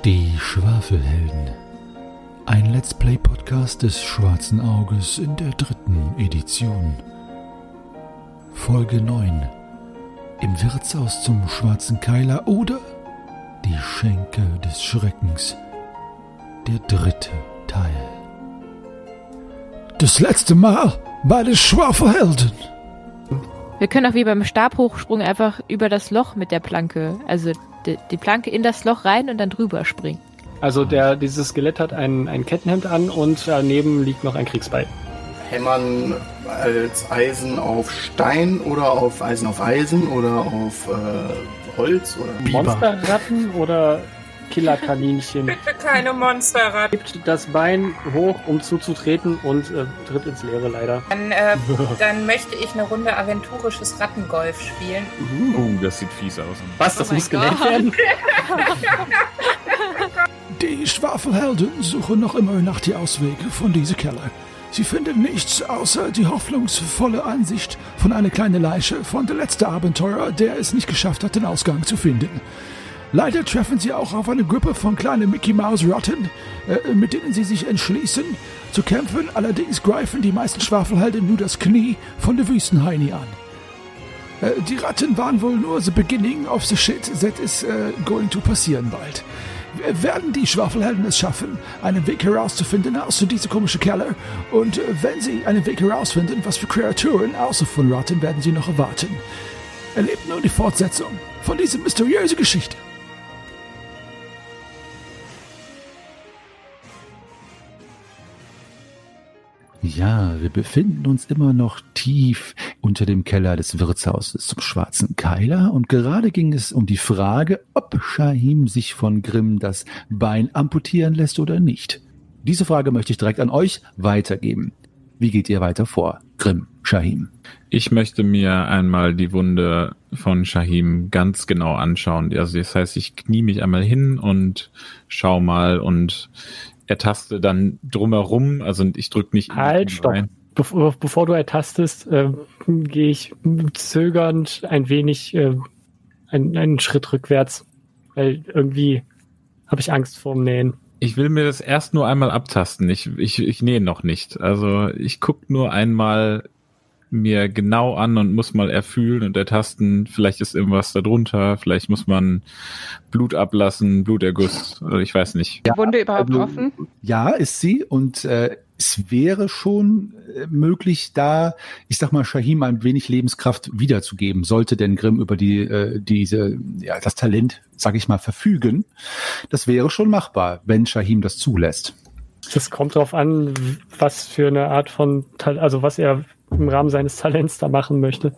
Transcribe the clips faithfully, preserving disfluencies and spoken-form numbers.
Die Schwafelhelden. Ein Let's Play Podcast des Schwarzen Auges in der dritten Edition. Folge neun. Im Wirtshaus zum Schwarzen Keiler oder die Schenke des Schreckens. Der dritte Teil. Das letzte Mal bei den Schwafelhelden. Wir können auch wie beim Stabhochsprung einfach über das Loch mit der Planke, also die, die Planke in das Loch rein und dann drüber springen. Also der, dieses Skelett hat ein, ein Kettenhemd an und daneben liegt noch ein Kriegsbeil. Hämmern als Eisen auf Stein oder auf Eisen auf Eisen oder auf äh, Holz oder Biber. Monsterratten oder Killerkaninchen? Bitte keine Monsterratten. Hebt das Bein hoch, um zuzutreten und äh, tritt ins Leere leider. Dann, äh, dann möchte ich eine Runde aventurisches Rattengolf spielen. Oh, das sieht fies aus. Was, das Oh muss mein gelernt Gott. werden? Die Schwafelhelden suchen noch immer nach die Auswege von dieser Keller. Sie finden nichts außer die hoffnungsvolle Ansicht von einer kleinen Leiche von der letzten Abenteurer, der es nicht geschafft hat, den Ausgang zu finden. Leider treffen sie auch auf eine Gruppe von kleinen Mickey-Maus-Ratten, äh, mit denen sie sich entschließen zu kämpfen. Allerdings greifen die meisten Schwafelhelden nur das Knie von der Wüstenheini an. Äh, die Ratten waren wohl nur the beginning of the shit that is uh, going to passieren bald. Werden die Schwafelhelden es schaffen, einen Weg herauszufinden aus diesem komischen Keller? Und wenn sie einen Weg herausfinden, was für Kreaturen außer von Ratten werden sie noch erwarten? Erlebt nun die Fortsetzung von dieser mysteriösen Geschichte. Ja, wir befinden uns immer noch tief unter dem Keller des Wirtshauses zum Schwarzen Keiler und gerade ging es um die Frage, ob Shahim sich von Grimm das Bein amputieren lässt oder nicht. Diese Frage möchte ich direkt an euch weitergeben. Wie geht ihr weiter vor, Grimm, Shahim? Ich möchte mir einmal die Wunde von Shahim ganz genau anschauen. Also das heißt, ich knie mich einmal hin und schau mal und ertaste dann drumherum, also ich drücke nicht... Halt, stopp. Rein. Bevor, bevor du ertastest, äh, gehe ich zögernd ein wenig äh, einen, einen Schritt rückwärts, weil irgendwie habe ich Angst vorm Nähen. Ich will mir das erst nur einmal abtasten. Ich, ich, ich nähe noch nicht. Also ich gucke nur einmal mir genau an und muss mal erfühlen und ertasten. Vielleicht ist irgendwas da drunter. Vielleicht muss man Blut ablassen, Bluterguss. Also ich weiß nicht. Ja, Wunde überhaupt also, offen? Ja, ist sie. Und äh, es wäre schon äh, möglich, da, ich sag mal, Shahim ein wenig Lebenskraft wiederzugeben. Sollte denn Grimm über die äh, diese ja das Talent, sag ich mal, verfügen. Das wäre schon machbar, wenn Shahim das zulässt. Das kommt darauf an, was für eine Art von, Tal- also was er im Rahmen seines Talents da machen möchte.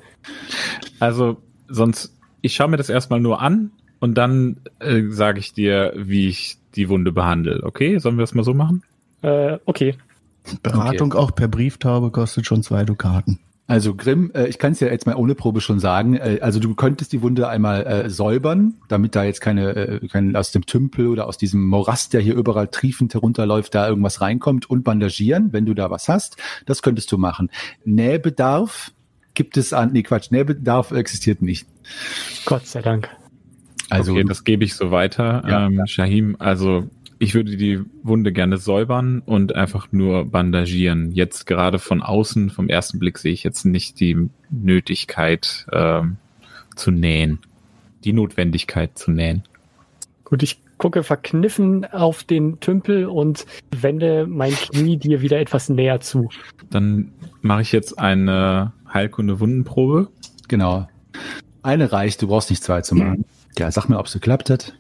Also sonst, ich schaue mir das erstmal nur an und dann äh, sage ich dir, wie ich die Wunde behandle. Okay, sollen wir das mal so machen? Äh, okay. Beratung okay. Auch per Brieftaube kostet schon zwei Dukaten. Also Grimm, äh, ich kann es ja jetzt mal ohne Probe schon sagen, äh, also du könntest die Wunde einmal äh, säubern, damit da jetzt keine, äh, kein aus dem Tümpel oder aus diesem Morast, der hier überall triefend herunterläuft, da irgendwas reinkommt und bandagieren, wenn du da was hast. Das könntest du machen. Nähbedarf gibt es an, nee Quatsch, Nähbedarf existiert nicht. Gott sei Dank. Also okay, das gebe ich so weiter. Ja, ähm, ja. Shahim, also ich würde die Wunde gerne säubern und einfach nur bandagieren. Jetzt gerade von außen, vom ersten Blick sehe ich jetzt nicht die Nötigkeit ähm, zu nähen. Die Notwendigkeit zu nähen. Gut, ich gucke verkniffen auf den Tümpel und wende mein Knie dir wieder etwas näher zu. Dann mache ich jetzt eine Heilkunde-Wundenprobe. Genau. Eine reicht, du brauchst nicht zwei zu machen. Ja, sag mir, ob es geklappt hat.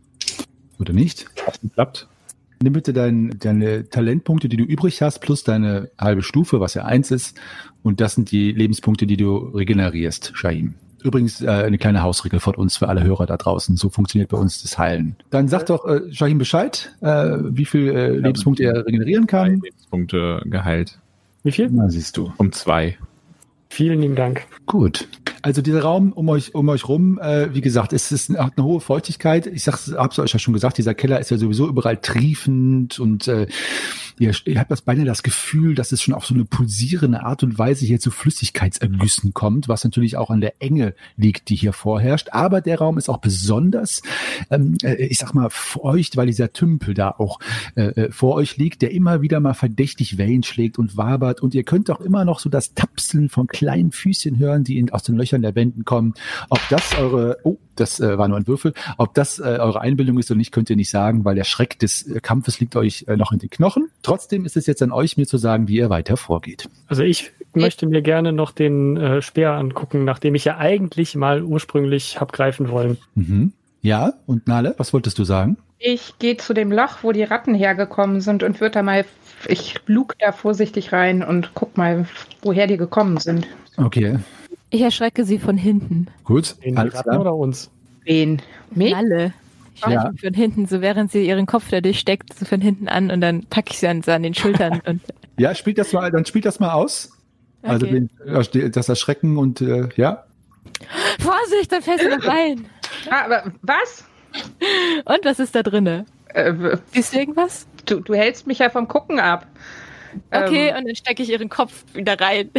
Oder nicht? Klappt. Nimm bitte dein, deine Talentpunkte, die du übrig hast, plus deine halbe Stufe, was ja eins ist. Und das sind die Lebenspunkte, die du regenerierst, Shahim. Übrigens äh, eine kleine Hausregel von uns für alle Hörer da draußen. So funktioniert bei uns das Heilen. Dann sag doch, äh, Shahim, Bescheid, äh, wie viel äh, Lebenspunkte er regenerieren kann. Drei Lebenspunkte geheilt. Wie viel? Na, siehst du. Um zwei. Vielen lieben Dank. Gut. Also dieser Raum um euch um euch rum, äh, wie gesagt, es ist hat eine hohe Feuchtigkeit. Ich sag's, hab's euch ja schon gesagt, dieser Keller ist ja sowieso überall triefend und äh, Ihr, ihr habt das beinahe das Gefühl, dass es schon auf so eine pulsierende Art und Weise hier zu Flüssigkeitsergüssen kommt, was natürlich auch an der Enge liegt, die hier vorherrscht. Aber der Raum ist auch besonders, ähm, ich sag mal, feucht, weil dieser Tümpel da auch äh, vor euch liegt, der immer wieder mal verdächtig Wellen schlägt und wabert. Und ihr könnt auch immer noch so das Tapseln von kleinen Füßchen hören, die in, aus den Löchern der Wänden kommen. Ob das eure, oh, das äh, war nur ein Würfel, ob das äh, eure Einbildung ist oder nicht, könnt ihr nicht sagen, weil der Schreck des äh, Kampfes liegt euch äh, noch in den Knochen. Trotzdem ist es jetzt an euch, mir zu sagen, wie ihr weiter vorgeht. Also ich möchte mir gerne noch den äh, Speer angucken, nachdem ich ja eigentlich mal ursprünglich hab greifen wollen. Mhm. Ja, und Nale, was wolltest du sagen? Ich gehe zu dem Loch, wo die Ratten hergekommen sind und würde da mal, ich lug da vorsichtig rein und guck mal, woher die gekommen sind. Okay, Ich erschrecke sie von hinten. gut. Den Alles Ratten klar. oder uns? Wen? Mich? Alle. Ich Ja. schrecke mich von hinten, so während sie ihren Kopf da durchsteckt, so von hinten an und dann packe ich sie an, so an den Schultern. Und Ja, spielt das mal, dann spielt das mal aus. Also Okay. den, äh, das Erschrecken und äh, ja. Vorsicht, dann fällst du noch rein. Ah, aber was? Und was ist da drinne? Äh, Siehst du irgendwas? du, du hältst mich ja vom Gucken ab. Okay, Ähm, und dann stecke ich ihren Kopf wieder rein.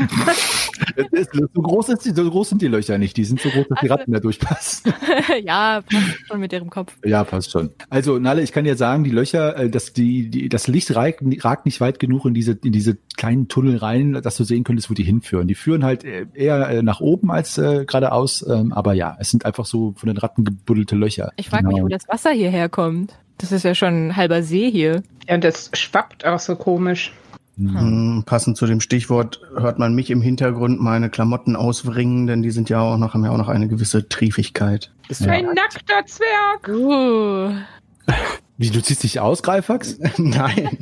So groß, ist die, so groß sind die Löcher nicht. Die sind so groß, dass die Also- Ratten da durchpassen. Ja, passt schon mit ihrem Kopf. Ja, passt schon. Also, Nalle, ich kann dir sagen, die Löcher, äh, dass die, die, das Licht ragt, ragt nicht weit genug in diese, in diese kleinen Tunnel rein, dass du sehen könntest, wo die hinführen. Die führen halt äh, eher äh, nach oben als äh, geradeaus. Ähm, aber ja, es sind einfach so von den Ratten gebuddelte Löcher. Ich frage mich, Genau. wo das Wasser hierher kommt. Das ist ja schon ein halber See hier. ja, und das schwappt auch so komisch. Hm, passend zu dem Stichwort hört man mich im Hintergrund meine Klamotten auswringen, denn die sind ja auch noch, haben ja auch noch eine gewisse Triefigkeit. Bist du Ein nackter Zwerg. Uh. Wie, du ziehst dich aus, Greifax? Nein.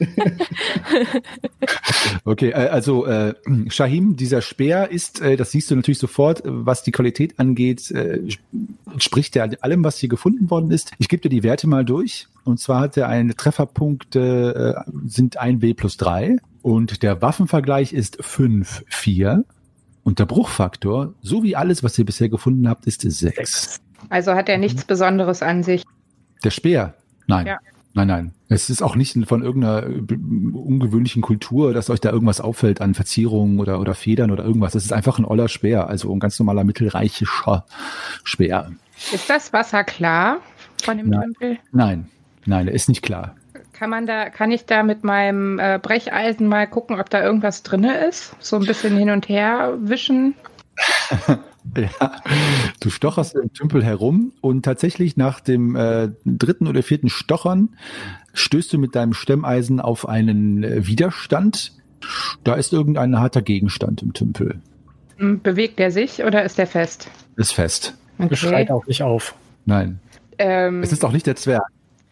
Okay, äh, also äh, Shahim, dieser Speer ist, äh, das siehst du natürlich sofort, äh, was die Qualität angeht, äh, entspricht der allem, was hier gefunden worden ist. Ich gebe dir die Werte mal durch. Und zwar hat er eine Trefferpunkte, äh, sind ein W plus drei. Und der Waffenvergleich ist fünf, vier. Und der Bruchfaktor, so wie alles, was ihr bisher gefunden habt, ist sechs. Also hat er nichts Besonderes an sich. Der Speer? Nein. Ja. Nein, nein. Es ist auch nicht von irgendeiner äh, ungewöhnlichen Kultur, dass euch da irgendwas auffällt an Verzierungen oder, oder Federn oder irgendwas. Es ist einfach ein oller Speer, also ein ganz normaler mittelreichischer Speer. Ist das Wasser klar von dem Nein. Tümpel? Nein, nein, der ist nicht klar. Kann man da, kann ich da mit meinem äh, Brecheisen mal gucken, ob da irgendwas drinne ist? So ein bisschen hin und her wischen. Ja, du stocherst im Tümpel herum und tatsächlich nach dem äh, dritten oder vierten Stochern stößt du mit deinem Stemmeisen auf einen äh, Widerstand. Da ist irgendein harter Gegenstand im Tümpel. Hm, Bewegt der sich oder ist der fest? Ist fest. Schreit Okay. auch nicht auf. Nein. Ähm, Es ist auch nicht der Zwerg.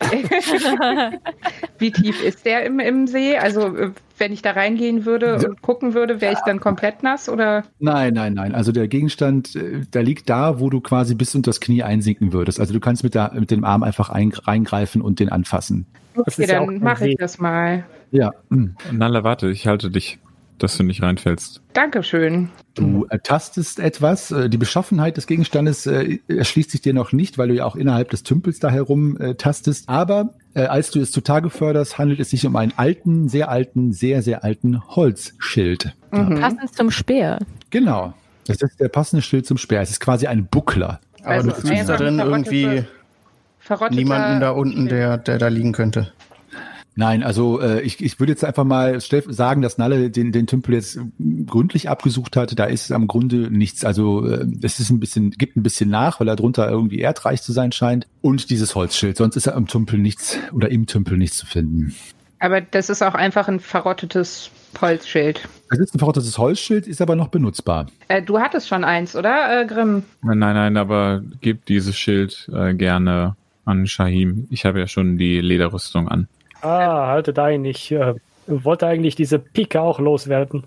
wie tief ist der im, im See? Also äh, wenn ich da reingehen würde Ja. und gucken würde, wäre ich dann komplett nass oder? Nein, nein, nein. Also der Gegenstand, äh, der liegt da, wo du quasi bis unter das Knie einsinken würdest. Also du kannst mit, der, mit dem Arm einfach ein, reingreifen und den anfassen. Das Okay, ist ja auch dann kein mache ich See. das mal. Ja. hm. Nala, warte, ich halte dich, dass du nicht reinfällst. Dankeschön. Du ertastest etwas. Äh, Die Beschaffenheit des Gegenstandes äh, erschließt sich dir noch nicht, weil du ja auch innerhalb des Tümpels da herum äh, tastest. Aber äh, als du es zutage förderst, handelt es sich um einen alten, sehr alten, sehr, sehr alten Holzschild. Mhm. Passend zum Speer. Genau. Das ist der passende Schild zum Speer. Es ist quasi ein Buckler. Aber Also du fühlst da einfach drin verrottete- irgendwie Verrotteter niemanden da unten, der, der da liegen könnte. Nein, also äh, ich, ich würde jetzt einfach mal Steff- sagen, dass Nalle den, den Tümpel jetzt äh, gründlich abgesucht hat. Da ist am Grunde nichts. Also äh, es ist ein bisschen, gibt ein bisschen nach, weil er drunter irgendwie erdreich zu sein scheint. Und dieses Holzschild. Sonst ist er am Tümpel nichts oder im Tümpel nichts zu finden. Aber das ist auch einfach ein verrottetes Holzschild. Es ist ein verrottetes Holzschild, ist aber noch benutzbar. Äh, du hattest schon eins, oder, äh, Grimm? Nein, nein, nein, aber gib dieses Schild äh, gerne an Shahim. Ich habe ja schon die Lederrüstung an. Ah, halte dein. Ich äh, wollte eigentlich diese Pike auch loswerden.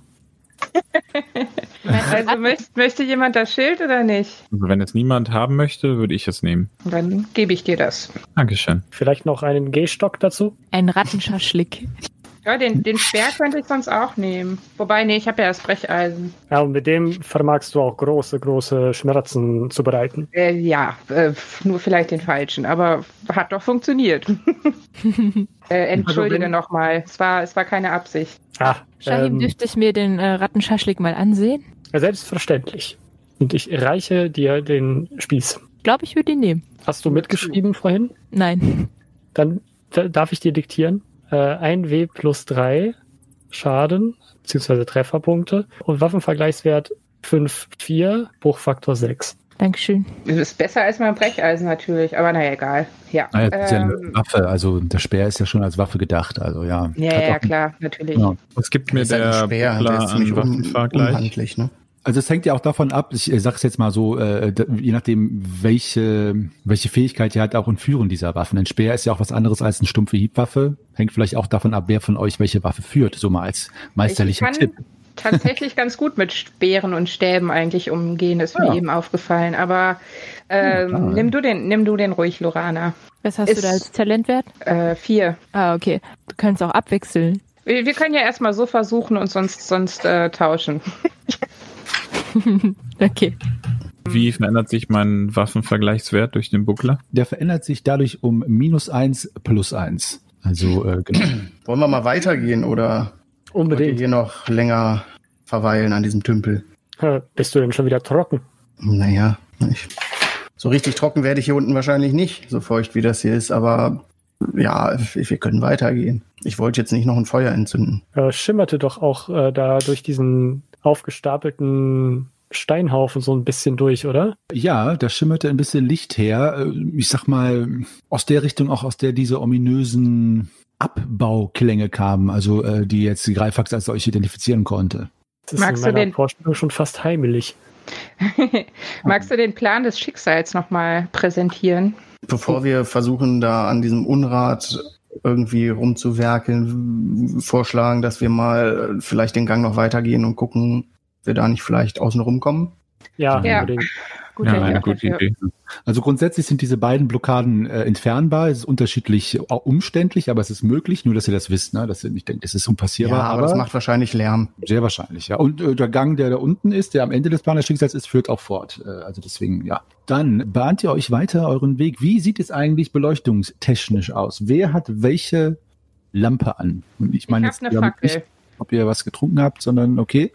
Also möcht, möchte jemand das Schild oder nicht? Also wenn es niemand haben möchte, würde ich es nehmen. Dann gebe ich dir das. Dankeschön. Vielleicht noch einen Gehstock dazu? Ein Rattenschaschlik. Ja, den, den Speer könnte ich sonst auch nehmen. Wobei, nee, ich habe ja das Brecheisen. Ja, und mit dem vermagst du auch große, große Schmerzen zu bereiten. Äh, ja, äh, nur vielleicht den falschen, aber hat doch funktioniert. äh, entschuldige Also nochmal, es war, es war keine Absicht. Ah, Shahim, ähm, dürfte ich mir den äh, Rattenschaschlik mal ansehen? ja, selbstverständlich. Und ich reiche dir den Spieß. Ich glaube, ich würde ihn nehmen. Hast du mitgeschrieben vorhin? Nein. Dann d- darf ich dir diktieren. Äh, ein W plus drei Schaden, beziehungsweise Trefferpunkte und Waffenvergleichswert fünf Komma vier, Bruchfaktor sechs. Dankeschön. Das ist besser als mein Brecheisen natürlich, aber naja, egal. Ja, Naja, das ist ja eine ähm, Waffe, also der Speer ist ja schon als Waffe gedacht, also ja. ja, Hat ja, auch- klar, natürlich. Ja. Was gibt mir Das ist halt ein der Speer, der Buckler ist ziemlich an un Waffenvergleich? unhandlich, ne? Also es hängt ja auch davon ab, ich äh, sage es jetzt mal so, äh, d- je nachdem, welche, welche Fähigkeit ihr halt auch in Führen dieser Waffen. Ein Speer ist ja auch was anderes als eine stumpfe Hiebwaffe. Hängt vielleicht auch davon ab, wer von euch welche Waffe führt, so mal als meisterlicher Ich kann Tipp. tatsächlich ganz gut mit Speeren und Stäben eigentlich umgehen, ist Ja. mir eben aufgefallen. Aber ähm, Ja, klar, nimm du den, nimm du den ruhig, Lorana. Was hast Ist- du da als Talentwert? Äh, vier. Ah, okay. Du kannst auch abwechseln. Wir, wir können ja erstmal so versuchen und sonst, sonst äh, tauschen. Okay. Wie verändert sich mein Waffenvergleichswert durch den Buckler? Der verändert sich dadurch um minus eins plus eins. Also äh, genau. Wollen wir mal weitergehen oder wollt ihr Unbedingt. hier noch länger verweilen an diesem Tümpel? Äh, Bist du denn schon wieder trocken? Naja, ich, so richtig trocken werde ich hier unten wahrscheinlich nicht, so feucht wie das hier ist, aber ja, wir wir können weitergehen. Ich wollte jetzt nicht noch ein Feuer entzünden. Äh, schimmerte doch auch äh, da durch diesen aufgestapelten Steinhaufen so ein bisschen durch, oder? Ja, da schimmerte ein bisschen Licht her. Äh, Ich sag mal, aus der Richtung auch, aus der diese ominösen Abbauklänge kamen, also äh, die jetzt die Greifax als solche identifizieren konnte. Das ist Magst in du meiner den- Vorstellung schon fast heimelig. Magst du den Plan des Schicksals nochmal präsentieren? Bevor wir versuchen, da an diesem Unrat irgendwie rumzuwerkeln, vorschlagen, dass wir mal vielleicht den Gang noch weitergehen und gucken, ob wir da nicht vielleicht außen rumkommen. Ja, Ja. unbedingt. Gut, Ja, ich eine auch gute dafür. Idee. Also grundsätzlich sind diese beiden Blockaden äh, entfernbar. Es ist unterschiedlich äh, umständlich, aber es ist möglich, nur dass ihr das wisst, ne? Dass ihr nicht denkt, es ist unpassierbar, Ja, aber das macht wahrscheinlich Lärm. sehr wahrscheinlich, ja. Und äh, der Gang, der da unten ist, der am Ende des Plans des Schicksals ist, führt auch fort. Äh, also deswegen, ja. Dann bahnt ihr euch weiter euren Weg. Wie sieht es eigentlich beleuchtungstechnisch aus? Wer hat welche Lampe an? Und ich meine Ich jetzt habe eine damit Fackel. nicht, ob ihr was getrunken habt, sondern okay.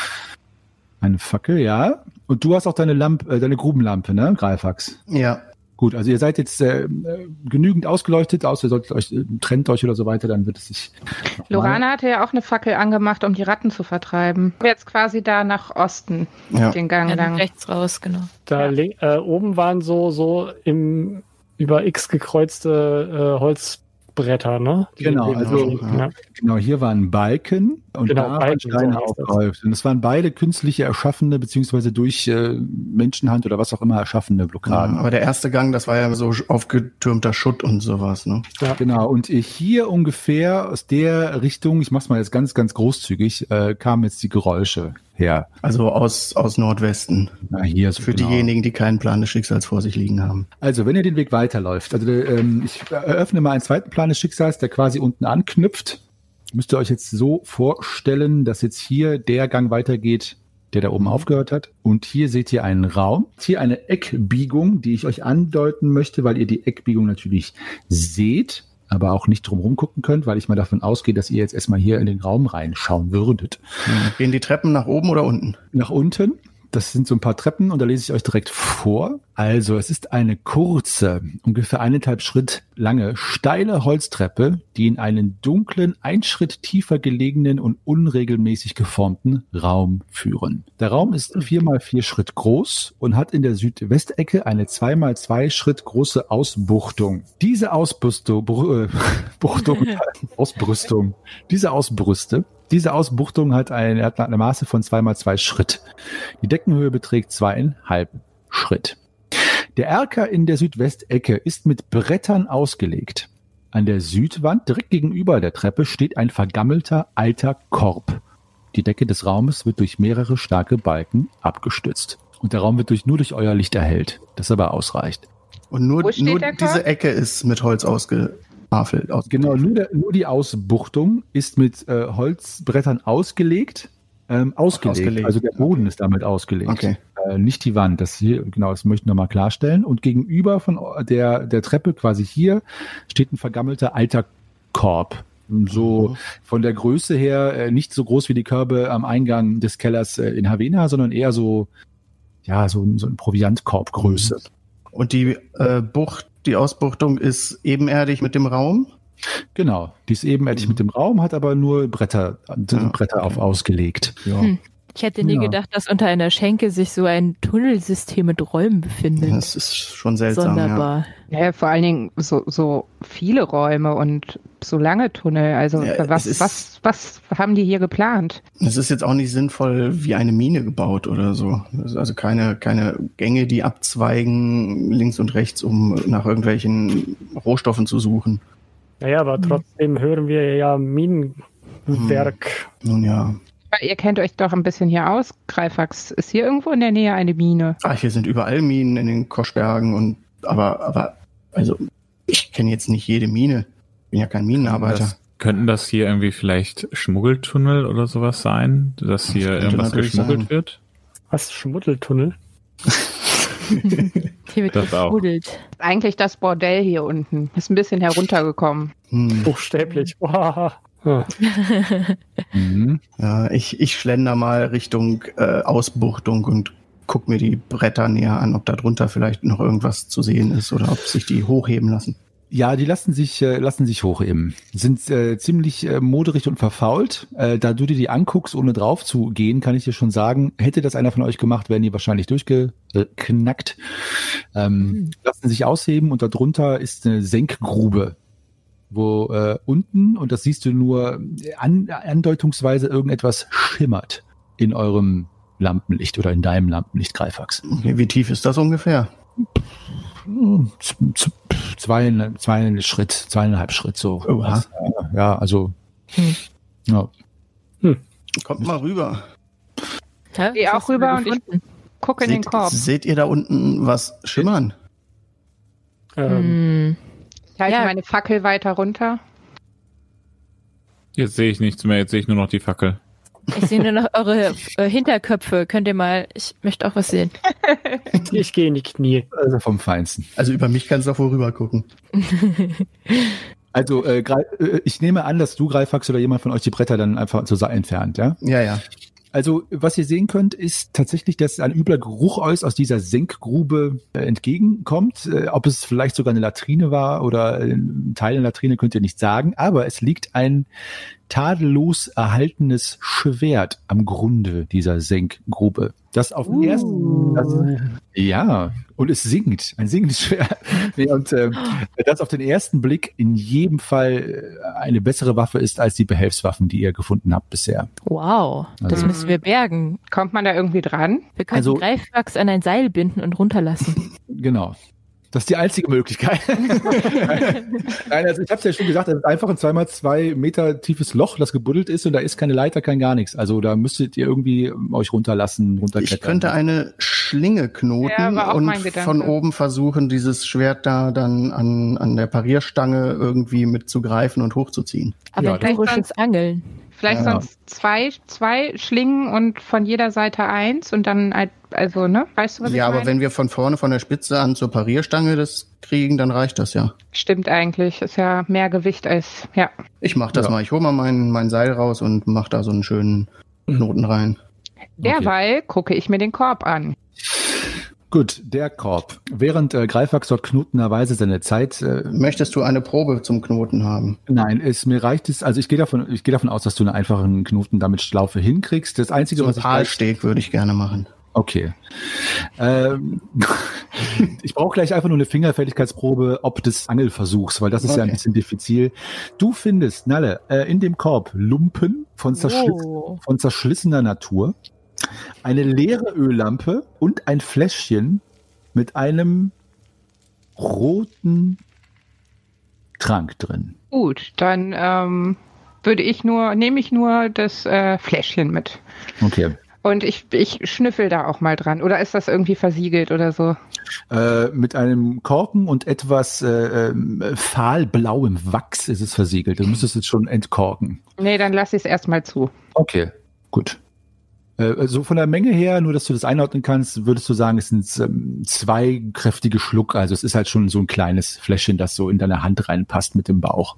Eine Fackel, ja. Und du hast auch deine Lampe, äh, deine Grubenlampe, ne, Greifax? Ja, Gut, also ihr seid jetzt äh, äh, genügend ausgeleuchtet, außer ihr solltet euch, äh, trennt euch oder so weiter, dann wird es sich noch mal- Lorana hatte ja auch eine Fackel angemacht, um die Ratten zu vertreiben. Jetzt quasi da nach Osten ja. den Gang Ja, lang. rechts raus, genau. Da Ja. lin- äh, oben waren so, so im über X gekreuzte äh, Holzbretter, ne? Die Genau, eben also- stehen, ja. Genau, hier waren Balken und Genau, da waren Balken, Steine so heißt das. aufgehäuft. Und es waren beide künstliche erschaffene, beziehungsweise durch äh, Menschenhand oder was auch immer erschaffene Ja, Blockaden. aber der erste Gang, das war ja so aufgetürmter Schutt und sowas, ne? Genau, und hier ungefähr aus der Richtung, ich mach's mal jetzt ganz, ganz großzügig, äh, kamen jetzt die Geräusche her. Also aus, aus Nordwesten. Na, hier so Für genau. diejenigen, die keinen Plan des Schicksals vor sich liegen haben. Also, wenn ihr den Weg weiterläuft, also ähm, ich eröffne mal einen zweiten Plan des Schicksals, der quasi unten anknüpft. Müsst ihr euch jetzt so vorstellen, dass jetzt hier der Gang weitergeht, der da oben aufgehört hat. Und hier seht ihr einen Raum. Hier eine Eckbiegung, die ich euch andeuten möchte, weil ihr die Eckbiegung natürlich seht, aber auch nicht drumherum gucken könnt, weil ich mal davon ausgehe, dass ihr jetzt erstmal hier in den Raum reinschauen würdet. Gehen die Treppen nach oben oder unten? Nach unten. Das sind so ein paar Treppen und da lese ich euch direkt vor. Also es ist eine kurze, ungefähr eineinhalb Schritt lange, steile Holztreppe, die in einen dunklen, ein Schritt tiefer gelegenen und unregelmäßig geformten Raum führen. Der Raum ist vier mal vier Schritt groß und hat in der Südwestecke eine zwei mal zwei Schritt große Ausbuchtung. Diese Ausbuchtung, Br- äh, Buchtung, Ausbrüstung, diese Ausbrüste Diese Ausbuchtung hat eine, hat eine Maße von zwei mal zwei Schritt. Die Deckenhöhe beträgt zweieinhalb Schritt. Der Erker in der Südwestecke ist mit Brettern ausgelegt. An der Südwand, direkt gegenüber der Treppe, steht ein vergammelter alter Korb. Die Decke des Raumes wird durch mehrere starke Balken abgestützt. Und der Raum wird durch, nur durch euer Licht erhellt, das aber ausreicht. Und nur, Wo steht nur der diese Korb? Ecke ist mit Holz ausge, Haarfeld aus. Genau, nur, der, nur die Ausbuchtung ist mit äh, Holzbrettern ausgelegt. Ähm, ausgelegt. ausgelegt. Also der Boden ist damit ausgelegt. Okay. Äh, nicht die Wand. Das hier, genau, das möchte ich nochmal klarstellen. Und gegenüber von der, der Treppe quasi hier steht ein vergammelter alter Korb. So mhm. von der Größe her äh, nicht so groß wie die Körbe am Eingang des Kellers äh, in Havena, sondern eher so, ja, so, so ein Proviantkorbgröße. Und die äh, Bucht, die Ausbuchtung ist ebenerdig mit dem Raum? Genau, die ist ebenerdig mhm. mit dem Raum, hat aber nur Bretter, Ja. Bretter auf ausgelegt. Ja. Hm. Ich hätte nie Ja. gedacht, dass unter einer Schenke sich so ein Tunnelsystem mit Räumen befindet. Das ist schon seltsam, ja. Sonderbar. Ja, vor allen Dingen so, so viele Räume und so lange Tunnel. Also Ja, was, es ist- was, was haben die hier geplant? Es ist jetzt auch nicht sinnvoll wie eine Mine gebaut oder so. Das ist also keine, keine Gänge, die abzweigen links und rechts, um nach irgendwelchen Rohstoffen zu suchen. Naja, aber trotzdem hören wir ja Minenwerk. Nun ja. Aber ihr kennt euch doch ein bisschen hier aus, Greifax. Ist hier irgendwo in der Nähe eine Mine? Ach, hier sind überall Minen in den Koschbergen und aber, aber, also ich kenne jetzt nicht jede Mine. Bin ja kein Minenarbeiter. Das, könnten das hier irgendwie vielleicht Schmuggeltunnel oder sowas sein, dass hier könnte irgendwas natürlich geschmuggelt sein. wird? Was? Schmuddeltunnel? Hier wird Das auch. geschuddelt. Eigentlich das Bordell hier unten. Ist ein bisschen heruntergekommen. Hm. Buchstäblich. Wow. Ja. Mhm. Ja, ich, ich schlender mal Richtung äh, Ausbuchtung und guck mir die Bretter näher an, ob da drunter vielleicht noch irgendwas zu sehen ist oder ob sich die hochheben lassen. Ja, die lassen sich äh, lassen sich hochheben. Sind äh, ziemlich äh, moderig und verfault. Äh, da du dir die anguckst, ohne drauf zu gehen, kann ich dir schon sagen, hätte das einer von euch gemacht, wären die wahrscheinlich durchgeknackt. Ähm, Mhm. Lassen sich ausheben und darunter ist eine Senkgrube, wo äh, unten, und das siehst du nur an, andeutungsweise, irgendetwas schimmert in eurem Lampenlicht oder in deinem Lampenlicht, Greifax. Okay, wie tief ist das ungefähr? Z- z- Zwei, zwei Schritt, zweieinhalb Schritt so. Oha. Ja, also. Hm. Ja. Kommt mal rüber. Ja, Geh was auch hast du rüber da und- gefunden? Guck in den Seht, Korb. seht ihr da unten was schimmern? Ähm, Hm. Ich halte Ja. meine Fackel weiter runter. Jetzt sehe ich nichts mehr, jetzt sehe ich nur noch die Fackel. Ich sehe nur noch eure äh, Hinterköpfe. Könnt ihr mal, ich möchte auch was sehen. ich gehe in die Knie. Also vom Feinsten. Also über mich kannst du auch wohl rüber gucken. Also äh, Grei- äh, ich nehme an, dass du, Greifax, oder jemand von euch die Bretter dann einfach zur Seite entfernt, ja? Ja, ja. Also, was ihr sehen könnt, ist tatsächlich, dass ein übler Geruch euch aus dieser Senkgrube äh, entgegenkommt. Äh, ob es vielleicht sogar eine Latrine war oder äh, ein Teil einer Latrine, könnt ihr nicht sagen. Aber es liegt ein tadellos erhaltenes Schwert am Grunde dieser Senkgrube. Das auf den ersten, das, ja, und es singt, ein singendes Schwert. Nee, und äh, das auf den ersten Blick in jedem Fall eine bessere Waffe ist als die Behelfswaffen, die ihr gefunden habt bisher. Wow, das Also- müssen wir bergen. Kommt man da irgendwie dran? Wir können Also- Greifwachs an ein Seil binden und runterlassen. Genau. Das ist die einzige Möglichkeit. Nein, also ich habe es ja schon gesagt, das ist einfach ein zwei mal zwei Meter tiefes Loch, das gebuddelt ist, und da ist keine Leiter, kein gar nichts. Also da müsstet ihr irgendwie euch runterlassen, runterklettern. Ich könnte eine Schlinge knoten Ja, war auch und mein Gedanke. von oben versuchen, dieses Schwert da dann an, an der Parierstange irgendwie mitzugreifen und hochzuziehen. Ja, Aventurisches Angeln. Vielleicht Ja. sonst zwei, zwei Schlingen und von jeder Seite eins und dann, ein- also, ne? Weißt du, was Ja, ich aber meine? wenn wir von vorne von der Spitze an zur Parierstange das kriegen, dann reicht das ja. Stimmt eigentlich. Ist ja mehr Gewicht als, ja. Ich mach das Ja. mal. Ich hole mal mein, mein Seil raus und mach da so einen schönen Knoten rein. Derweil gucke ich mir den Korb an. Gut, der Korb. Während äh, Greifax dort knotenderweise seine Zeit, äh, Möchtest du eine Probe zum Knoten haben? nein, es mir reicht es, also ich gehe davon, ich gehe davon aus, dass du einen einfachen Knoten damit Schlaufe hinkriegst. Das Einzige, So ein was ich gleich- Palsteg würde ich gerne machen. Okay. Ähm, ich brauche gleich einfach nur eine Fingerfertigkeitsprobe ob des Angelversuchs, weil das ist ja ein Okay. bisschen diffizil. Du findest, Nalle, äh, in dem Korb Lumpen von, zerschliss Oh. von zerschlissener Natur, eine leere Öllampe und ein Fläschchen mit einem roten Trank drin. Gut, dann ähm, würde ich nur, nehme ich nur das äh, Fläschchen mit. Okay. Und ich, ich schnüffel da auch mal dran. Oder ist das irgendwie versiegelt oder so? Äh, mit einem Korken und etwas äh, äh, fahlblauem Wachs ist es versiegelt. Du müsstest es schon entkorken. Nee, dann lass ich es erstmal zu. Okay, gut. Äh, so von der Menge her, nur dass du das einordnen kannst, würdest du sagen, es sind ähm, zwei kräftige Schluck. Also es ist halt schon so ein kleines Fläschchen, das so in deine Hand reinpasst mit dem Bauch.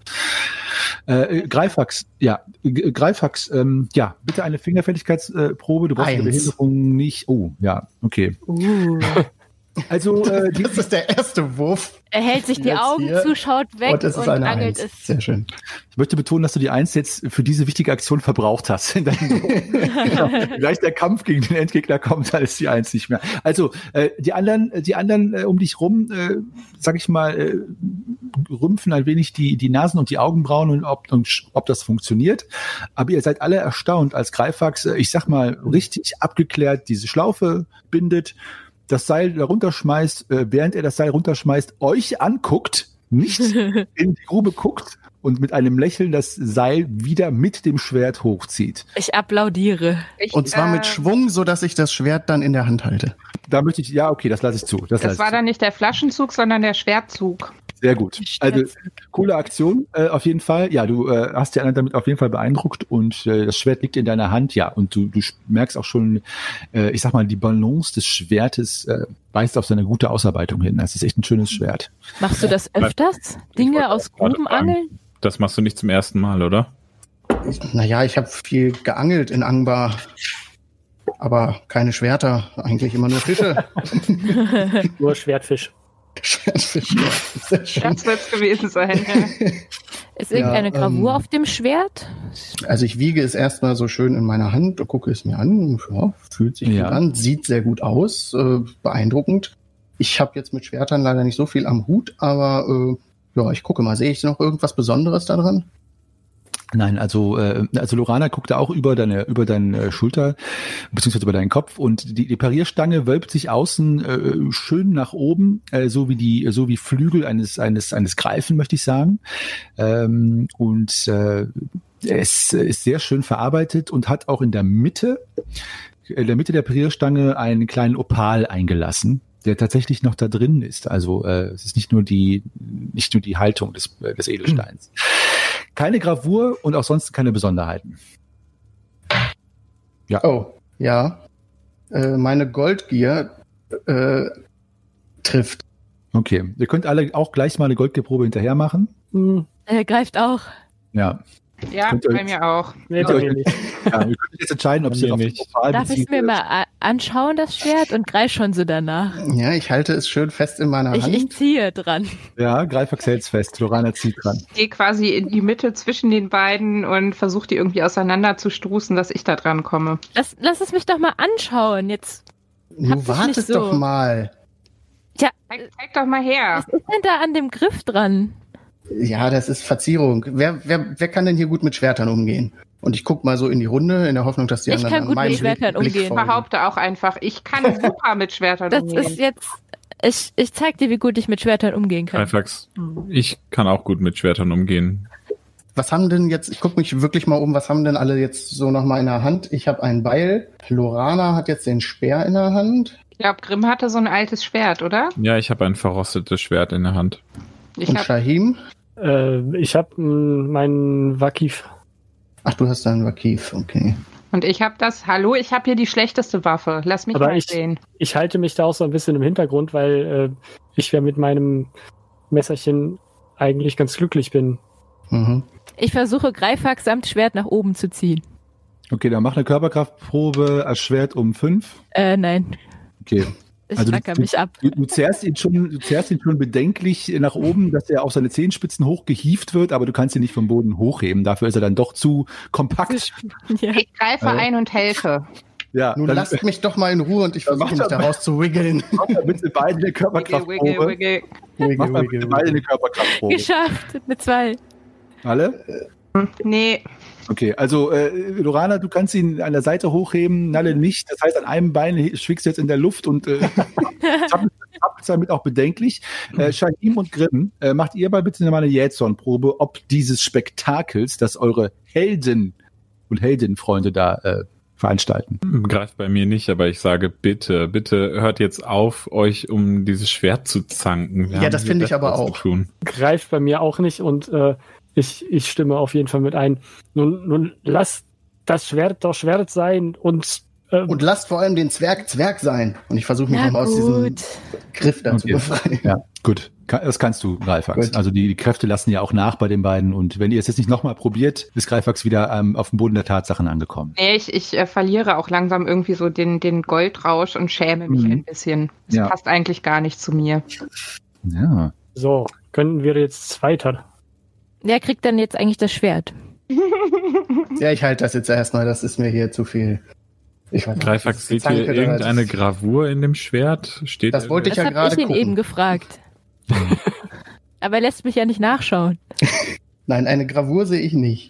Äh, Greifax, ja, G- Greifax, ähm, ja, bitte eine Fingerfertigkeitsprobe. Du brauchst die Eins. Behinderung nicht. Oh, ja, okay. Uh. Also, äh, die, Das ist der erste Wurf. Er hält sich die Jetzt Augen hier. zu, schaut weg Und es ist und eine angelt Eins. es. Sehr schön. ich möchte betonen, dass du die Eins jetzt für diese wichtige Aktion verbraucht hast. In deinem Vielleicht der Kampf gegen den Endgegner kommt, dann ist die Eins nicht mehr. Also, äh, die anderen, die anderen äh, um dich rum, äh, sag ich mal, äh, rümpfen ein wenig die, die Nasen und die Augenbrauen und ob, und sch- ob das funktioniert. Aber ihr seid alle erstaunt, als Greifax, äh, ich sag mal, richtig abgeklärt diese Schlaufe bindet, das Seil da runterschmeißt, äh, während er das Seil runterschmeißt, euch anguckt, nicht in die Grube guckt und mit einem Lächeln das Seil wieder mit dem Schwert hochzieht. Ich applaudiere. Ich, Und zwar äh, mit Schwung, so dass ich das Schwert dann in der Hand halte. Da möchte ich, ja, okay, das lasse ich zu. Das, Das lasse war ich zu. dann nicht der Flaschenzug, sondern der Schwertzug. Sehr gut. Also, coole Aktion, äh, auf jeden Fall. Ja, du äh, hast die anderen damit auf jeden Fall beeindruckt und äh, das Schwert liegt in deiner Hand, ja. Und du, du merkst auch schon, äh, ich sag mal, die Balance des Schwertes äh, weist auf seine gute Ausarbeitung hin. Das ist echt ein schönes Schwert. Machst du das öfters? Ich Dinge wollte aus auch gerade Gruben fragen. angeln? Das machst du nicht zum ersten Mal, oder? Ich, naja, ich habe viel geangelt in Angbar. Aber keine Schwerter, eigentlich immer nur Fische. Nur Schwertfisch. Schwertfisch, ja. Sehr schön. Das wird es gewesen sein. Ja. Ist irgendeine Ja, Gravur ähm, auf dem Schwert? Also ich wiege es erstmal so schön in meiner Hand, gucke es mir an, ja, fühlt sich Ja. gut an, sieht sehr gut aus, äh, beeindruckend. Ich habe jetzt mit Schwertern leider nicht so viel am Hut, aber äh, ja, ich gucke mal, sehe ich noch irgendwas Besonderes da dran? Nein, also äh, also Lorana guckt da auch über deine über deine Schulter beziehungsweise über deinen Kopf und die, die Parierstange wölbt sich außen äh, schön nach oben, äh, so wie die so wie Flügel eines eines eines Greifen, möchte ich sagen. Ähm, und äh, es ist sehr schön verarbeitet und hat auch in der Mitte in der Mitte der Parierstange einen kleinen Opal eingelassen, der tatsächlich noch da drin ist. Also äh, es ist nicht nur die nicht nur die Haltung des äh, des Edelsteins. Keine Gravur und auch sonst keine Besonderheiten. Ja. Oh, ja. Äh, meine Goldgier äh, trifft. Okay. Ihr könnt alle auch gleich mal eine Goldgierprobe hinterher machen. Hm, Er greift auch. Ja. Ja, Könnt ihr bei euch- mir auch. nee, Könnt ihr bei euch- mir nicht. ja, ihr könnt jetzt entscheiden, ob Bei ihr mir auf den nicht. Opal Darf ich es mir mal a- anschauen, das Schwert, und greif schon so danach? Ja, ich halte es schön fest in meiner Ich, Hand. ich ziehe dran. Ja, Greifax hält's fest. Lorana zieht dran. Ich gehe quasi in die Mitte zwischen den beiden und versuche die irgendwie auseinander zu stoßen, dass ich da dran komme. Lass, lass es mich doch mal anschauen. Jetzt. Du hab dich wartest nicht so. doch mal. Tja, Zeig, zeig doch mal her. was ist denn da an dem Griff dran? Ja, das ist Verzierung. Wer, wer, wer kann denn hier gut mit Schwertern umgehen? Und ich guck mal so in die Runde, in der Hoffnung, dass die Ich anderen kann an gut meinem mit Schwertern Blick, Blick umgehen. Ich folgen. behaupte auch einfach, ich kann super mit Schwertern Das umgehen. ist jetzt. Ich, ich zeig dir, wie gut ich mit Schwertern umgehen kann. Greifax, ich kann auch gut mit Schwertern umgehen. Was haben denn jetzt, ich gucke mich wirklich mal um, was haben denn alle jetzt so nochmal in der Hand? Ich habe ein Beil. Lorana hat jetzt den Speer in der Hand. Ich glaube, Grimm hatte so ein altes Schwert, oder? Ja, ich habe ein verrostetes Schwert in der Hand. Ich Und hab, Shahim? Äh, ich habe meinen Wakif. Ach, du hast da einen Wakif, okay. und ich habe das. Hallo, ich habe hier die schlechteste Waffe. Lass mich Aber mal ich- sehen. Ich halte mich da auch so ein bisschen im Hintergrund, weil äh, ich ja mit meinem Messerchen eigentlich ganz glücklich bin. Mhm. Ich versuche, Greifax samt Schwert nach oben zu ziehen. Okay, dann mach eine Körperkraftprobe als Schwert um fünf. Äh, nein. Okay. Ich Also du- flacker mich ab. Du, du zerrst ihn schon, du zerrst ihn schon bedenklich nach oben, dass er auf seine Zehenspitzen hochgehieft wird, aber du kannst ihn nicht vom Boden hochheben. Dafür ist er dann doch zu kompakt. Ja. Ich greife Also- ein und helfe. Ja, Nun dann lasst mich doch mal in Ruhe und ich Dann versuche mach mich doch- da raus zu wiggeln. mach mal bitte beide eine Wiggle, Körperkraftprobe. wiggle, wiggle. Mach mal Wiggle, bitte beide wiggle. eine Körperkraftprobe. Geschafft. Eine zwei. Alle? Nee, Okay, also äh, Lorana, du kannst ihn an der Seite hochheben, Nalle nicht. Das heißt, an einem Bein he- schwingst du jetzt in der Luft und äh, zappelst damit auch bedenklich. Äh, Shahim und Grimm, äh, macht ihr mal bitte mal eine Jähzornprobe, ob dieses Spektakels, das eure Helden und Heldinnenfreunde da äh, veranstalten. Greift bei mir nicht, aber ich sage bitte, bitte hört jetzt auf, euch um dieses Schwert zu zanken. Wir Ja, das finde ich aber auch. Greift bei mir auch nicht und äh, ich, ich stimme auf jeden Fall mit ein. Nun, nun lasst das Schwert doch Schwert sein und ähm, Und lasst vor allem den Zwerg Zwerg sein. Und ich versuche mich Na nochmal aus diesem gut. Griff da zu Okay. befreien. Ja, gut. Ka- Das kannst du, Greifax. Gut. Also die, die Kräfte lassen ja auch nach bei den beiden. Und wenn ihr es jetzt nicht nochmal probiert, ist Greifax wieder ähm, auf dem Boden der Tatsachen angekommen. Nee, ich, ich äh, verliere auch langsam irgendwie so den, den Goldrausch und schäme mich Mhm. ein bisschen. Das Ja. passt eigentlich gar nicht zu mir. Ja. so, können wir jetzt weiter? Wer kriegt dann jetzt eigentlich das Schwert? Ja, ich halte das jetzt erstmal, das ist mir hier zu viel. Ich weiß nicht, Greifax, das seht Zanke ihr da, irgendeine das- Gravur in dem Schwert? Steht Das wollte ich Das ja habe gerade ich ihn gucken. eben gefragt. Aber er lässt mich ja nicht nachschauen. Nein, eine Gravur sehe ich nicht.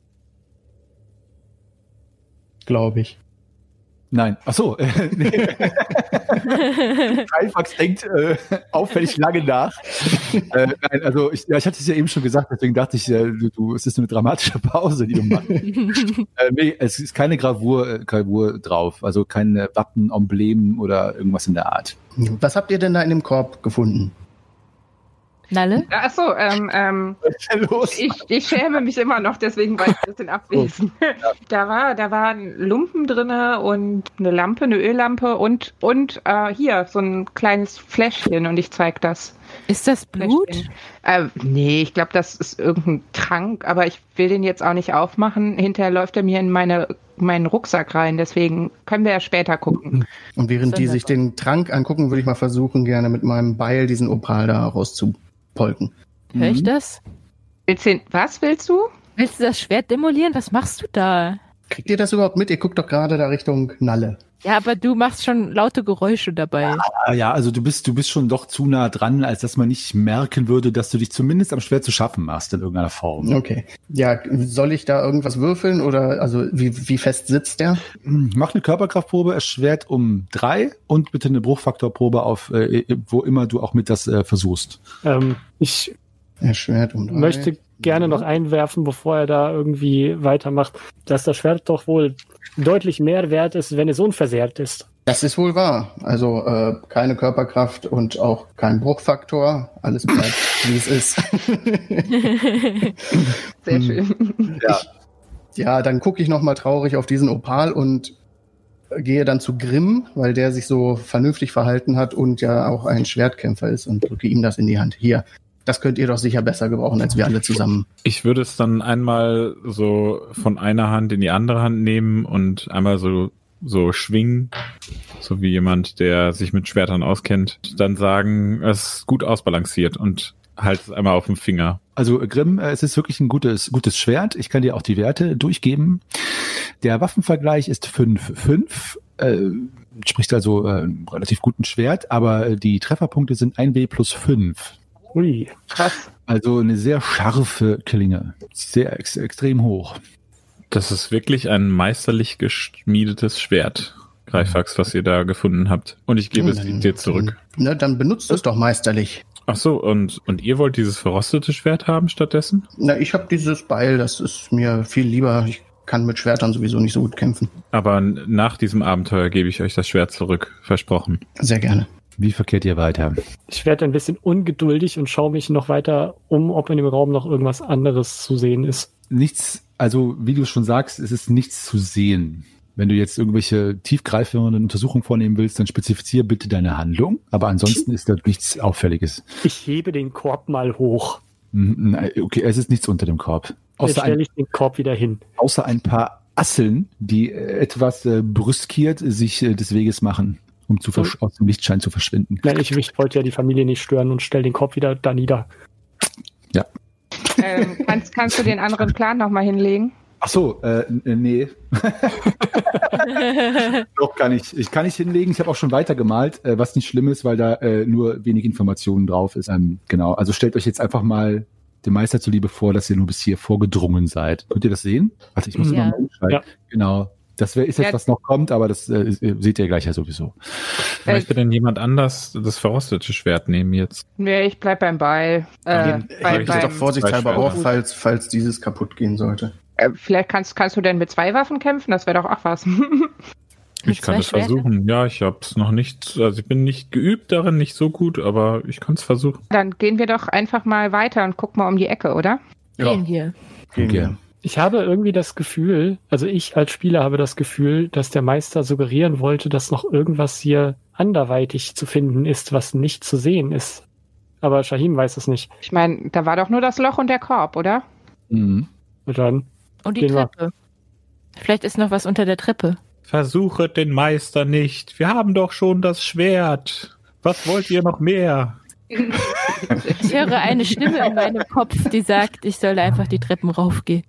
Glaube ich. Nein. Ach so. Nee. Greifax denkt äh, auffällig lange nach. äh, nein, also ich, ja, ich hatte es ja eben schon gesagt, deswegen dachte ich, äh, du, du, es ist eine dramatische Pause, die du machst. äh, nee, es ist keine Gravur, äh, Gravur drauf, also kein äh, Wappen, Emblem oder irgendwas in der Art. Was habt ihr denn da in dem Korb gefunden? Nalle? Achso, ähm, ähm, Los. ich, ich schäme mich immer noch, deswegen war ich ein bisschen abwesend. Da war, da waren Lumpen drinne und eine Lampe, eine Öllampe und, und äh, hier so ein kleines Fläschchen und ich zeig das. Ist das Blut? Fläschchen. Äh, nee, ich glaube, das ist irgendein Trank, aber ich will den jetzt auch nicht aufmachen. Hinterher läuft er mir in meine, meinen Rucksack rein, deswegen können wir ja später gucken. Und während die sich den Trank angucken, würde ich mal versuchen, gerne mit meinem Beil diesen Opal da rauszupolken. Hör ich das? Willst du, was willst du? Willst du das Schwert demolieren? Was machst du da? Kriegt ihr das überhaupt mit? Ihr guckt doch gerade da Richtung Nalle. Ja, aber du machst schon laute Geräusche dabei. Ah, ja, also du bist, du bist schon doch zu nah dran, als dass man nicht merken würde, dass du dich zumindest am Schwert zu schaffen machst in irgendeiner Form. Okay. Ja, soll ich da irgendwas würfeln oder also wie, wie fest sitzt der? Mach eine Körperkraftprobe, erschwert um drei und bitte eine Bruchfaktorprobe auf, äh, wo immer du auch mit das äh, versuchst. Ähm, ich Erschwert um drei. möchte gerne noch einwerfen, bevor er da irgendwie weitermacht, dass das Schwert doch wohl deutlich mehr wert ist, wenn es unversehrt ist. Das ist wohl wahr. Also äh, keine Körperkraft und auch kein Bruchfaktor. Alles bleibt, wie es ist. Sehr schön. Ja, ja, dann gucke ich noch mal traurig auf diesen Opal und gehe dann zu Grimm, weil der sich so vernünftig verhalten hat und ja auch ein Schwertkämpfer ist und drücke ihm das in die Hand. Hier, das könnt ihr doch sicher besser gebrauchen als wir alle zusammen. Ich würde es dann einmal so von einer Hand in die andere Hand nehmen und einmal so, so schwingen, so wie jemand, der sich mit Schwertern auskennt. Dann sagen, es ist gut ausbalanciert und halt es einmal auf dem Finger. Also Grimm, äh, es ist wirklich ein gutes, gutes Schwert. Ich kann dir auch die Werte durchgeben. Der Waffenvergleich ist fünf fünf. Äh, spricht also äh, einen relativ guten Schwert, aber die Trefferpunkte sind ein W plus fünf. Ui. Krass. Also eine sehr scharfe Klinge. Sehr ex extrem hoch. Das ist wirklich ein meisterlich geschmiedetes Schwert, Greifax, was ihr da gefunden habt. Und ich gebe es dir zurück. Na, dann benutzt es doch meisterlich. Ach so, und, und ihr wollt dieses verrostete Schwert haben stattdessen? Na, ich habe dieses Beil, das ist mir viel lieber. Ich kann mit Schwertern sowieso nicht so gut kämpfen. Aber nach diesem Abenteuer gebe ich euch das Schwert zurück, versprochen. Sehr gerne. Wie verkehrt ihr weiter? Ich werde ein bisschen ungeduldig und schaue mich noch weiter um, ob in dem Raum noch irgendwas anderes zu sehen ist. Nichts, also wie du schon sagst, es ist nichts zu sehen. Wenn du jetzt irgendwelche tiefgreifenden Untersuchungen vornehmen willst, dann spezifiziere bitte deine Handlung. Aber ansonsten ist da nichts Auffälliges. Ich hebe den Korb mal hoch. Mhm, nein, okay, es ist nichts unter dem Korb. Jetzt Außer stelle ein, ich den Korb wieder hin. außer ein paar Asseln, die äh, etwas äh, brüskiert sich äh, des Weges machen, um zu versch- aus dem Lichtschein zu verschwinden. Nein, ich, ich wollte ja die Familie nicht stören und stelle den Korb wieder da nieder. Ja. ähm, kannst, kannst du den anderen Plan nochmal hinlegen? Ach so, äh, n- nee. Doch, kann ich. Ich kann nicht hinlegen. Ich habe auch schon weitergemalt, äh, was nicht schlimm ist, weil da äh, nur wenig Informationen drauf ist. Ähm, genau, also stellt euch jetzt einfach mal dem Meister zuliebe vor, dass ihr nur bis hier vorgedrungen seid. Könnt ihr das sehen? Warte, ich muss Ja. mal umschalten. Ja. Genau. Das wär, ist jetzt, Ja. was noch kommt, aber das äh, seht ihr gleich ja sowieso. Äh, Möchte denn jemand anders das verrostete Schwert nehmen jetzt? Nee, ich bleib beim Beil. Äh, Ja, bei, Hebt es doch beim, vorsichtshalber Zwei auf, Schwerter. falls, falls dieses kaputt gehen sollte. Äh, vielleicht kannst, kannst du denn mit zwei Waffen kämpfen? Das wäre doch auch was. Ich kann es versuchen. Ja, ich habe es noch nicht, also ich bin nicht geübt darin, nicht so gut, aber ich kann es versuchen. Dann gehen wir doch einfach mal weiter und gucken mal um die Ecke, oder? Ja. Gehen wir. Gehen wir. Ich habe irgendwie das Gefühl, also ich als Spieler habe das Gefühl, dass der Meister suggerieren wollte, dass noch irgendwas hier anderweitig zu finden ist, was nicht zu sehen ist. Aber Shahim weiß es nicht. Ich meine, da war doch nur das Loch und der Korb, oder? Mhm. Und dann Und die Gehen wir. Treppe. Vielleicht ist noch was unter der Treppe. Versuchet den Meister nicht. Wir haben doch schon das Schwert. Was wollt ihr noch mehr? Ich höre eine Stimme in meinem Kopf, die sagt, ich soll einfach die Treppen raufgehen.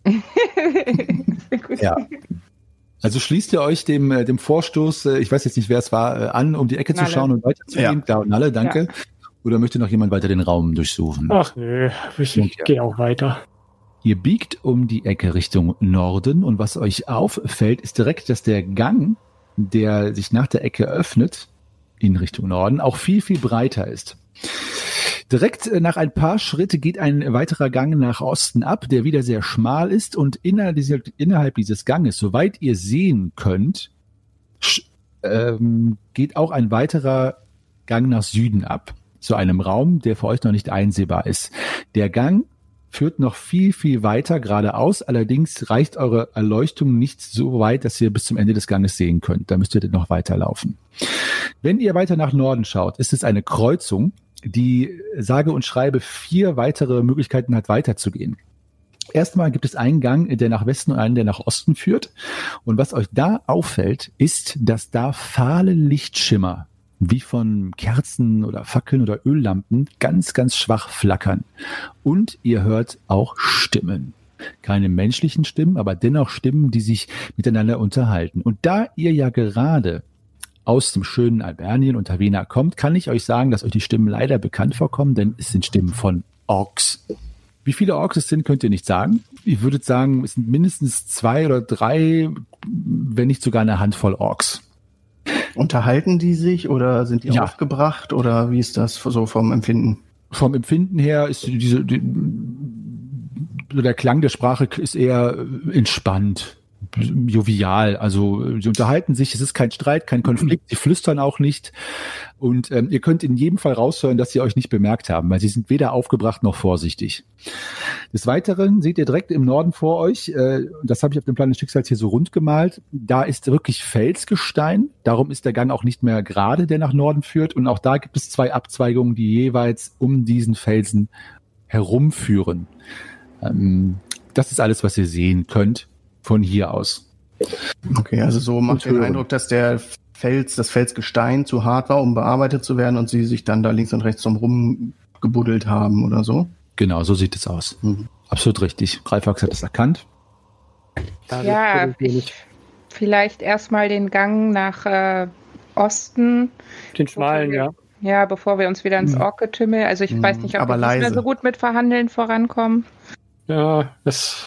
Ja. Also schließt ihr euch dem, äh, dem Vorstoß, äh, ich weiß jetzt nicht, wer es war, äh, an, um die Ecke zu Nalle. schauen und weiterzugehen? Ja. Da und alle, danke. Oder möchte noch jemand weiter den Raum durchsuchen? Ach nö, ich, ich Ja. gehe auch weiter. Ihr biegt um die Ecke Richtung Norden und was euch auffällt, ist direkt, dass der Gang, der sich nach der Ecke öffnet, in Richtung Norden, auch viel, viel breiter ist. Direkt äh, nach ein paar Schritte geht ein weiterer Gang nach Osten ab, der wieder sehr schmal ist und innerhalb, dieser, innerhalb dieses Ganges, soweit ihr sehen könnt, sch, ähm, geht auch ein weiterer Gang nach Süden ab, zu einem Raum, der für euch noch nicht einsehbar ist. Der Gang führt noch viel, viel weiter geradeaus. Allerdings reicht eure Erleuchtung nicht so weit, dass ihr bis zum Ende des Ganges sehen könnt. Da müsst ihr noch weiterlaufen. Wenn ihr weiter nach Norden schaut, ist es eine Kreuzung, die sage und schreibe vier weitere Möglichkeiten hat, weiterzugehen. Erstmal gibt es einen Gang, der nach Westen und einen, der nach Osten führt. Und was euch da auffällt, ist, dass da fahle Lichtschimmer wie von Kerzen oder Fackeln oder Öllampen ganz, ganz schwach flackern. Und ihr hört auch Stimmen. Keine menschlichen Stimmen, aber dennoch Stimmen, die sich miteinander unterhalten. Und da ihr ja gerade aus dem schönen Albernien und Taverna kommt, kann ich euch sagen, dass euch die Stimmen leider bekannt vorkommen, denn es sind Stimmen von Orks. Wie viele Orks es sind, könnt ihr nicht sagen. Ich würde sagen, es sind mindestens zwei oder drei, wenn nicht sogar eine Handvoll Orks. Unterhalten die sich oder sind die Ja. aufgebracht oder wie ist das so vom Empfinden? Vom Empfinden her ist diese, die, der Klang der Sprache ist eher entspannt, jovial. Also sie unterhalten sich, es ist kein Streit, kein Konflikt, sie flüstern auch nicht. Und ähm, ihr könnt in jedem Fall raushören, dass sie euch nicht bemerkt haben, weil sie sind weder aufgebracht noch vorsichtig. Des Weiteren seht ihr direkt im Norden vor euch, äh, das habe ich auf dem Plan des Schicksals hier so rund gemalt, da ist wirklich Felsgestein, darum ist der Gang auch nicht mehr gerade, der nach Norden führt. Und auch da gibt es zwei Abzweigungen, die jeweils um diesen Felsen herumführen. Ähm, das ist alles, was ihr sehen könnt von hier aus. Okay, also so macht Und den hören. Eindruck, dass der Fels, das Felsgestein zu hart war, um bearbeitet zu werden und sie sich dann da links und rechts drum rumgebuddelt haben oder so. Genau, so sieht es aus. Mhm. Absolut richtig. Greifax hat es erkannt. Ja, das will ich, vielleicht erstmal den Gang nach äh, Osten. Den schmalen, ja. Ja, bevor wir uns wieder ins Mhm. Ork-Getümmel. Also ich Mhm, weiß nicht, ob aber wir nicht mehr leise. so gut mit Verhandeln vorankommen. Ja, das.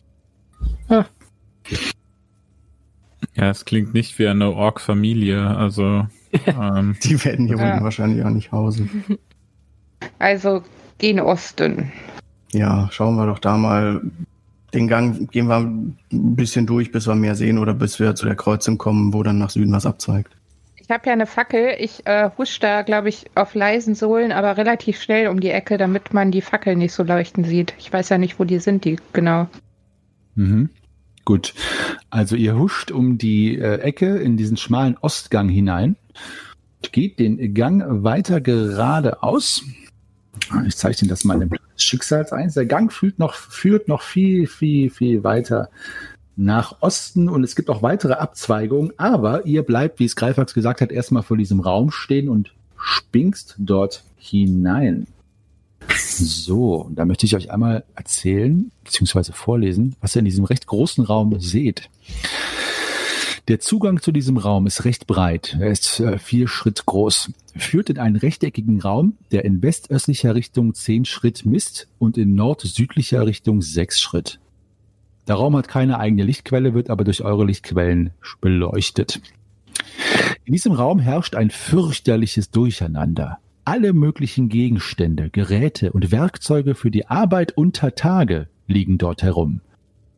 Ja, es klingt nicht wie eine Ork-Familie, also ähm, Die werden hier Ja. unten wahrscheinlich auch nicht hausen. Also gehen Osten. Ja, schauen wir doch da mal. Den Gang gehen wir ein bisschen durch, bis wir mehr sehen oder bis wir zu der Kreuzung kommen, wo dann nach Süden was abzeigt. Ich habe ja eine Fackel. Ich äh, husch da, glaube ich, auf leisen Sohlen, aber relativ schnell um die Ecke, damit man die Fackel nicht so leuchten sieht. Ich weiß ja nicht, wo die sind, die genau. Mhm. Gut. Also ihr huscht um die äh, Ecke in diesen schmalen Ostgang hinein, geht den Gang weiter geradeaus. Ich zeichne das mal in dem Plan des Schicksals ein. Der Gang führt noch, führt noch viel, viel, viel weiter nach Osten und es gibt auch weitere Abzweigungen, aber ihr bleibt, wie es Greifax gesagt hat, erstmal vor diesem Raum stehen und spinkst dort hinein. So, und da möchte ich euch einmal erzählen, beziehungsweise vorlesen, was ihr in diesem recht großen Raum seht. Der Zugang zu diesem Raum ist recht breit. Er ist äh, vier Schritt groß. Führt in einen rechteckigen Raum, der in westöstlicher Richtung zehn Schritt misst und in nordsüdlicher Richtung sechs Schritt. Der Raum hat keine eigene Lichtquelle, wird aber durch eure Lichtquellen beleuchtet. In diesem Raum herrscht ein fürchterliches Durcheinander. Alle möglichen Gegenstände, Geräte und Werkzeuge für die Arbeit unter Tage liegen dort herum.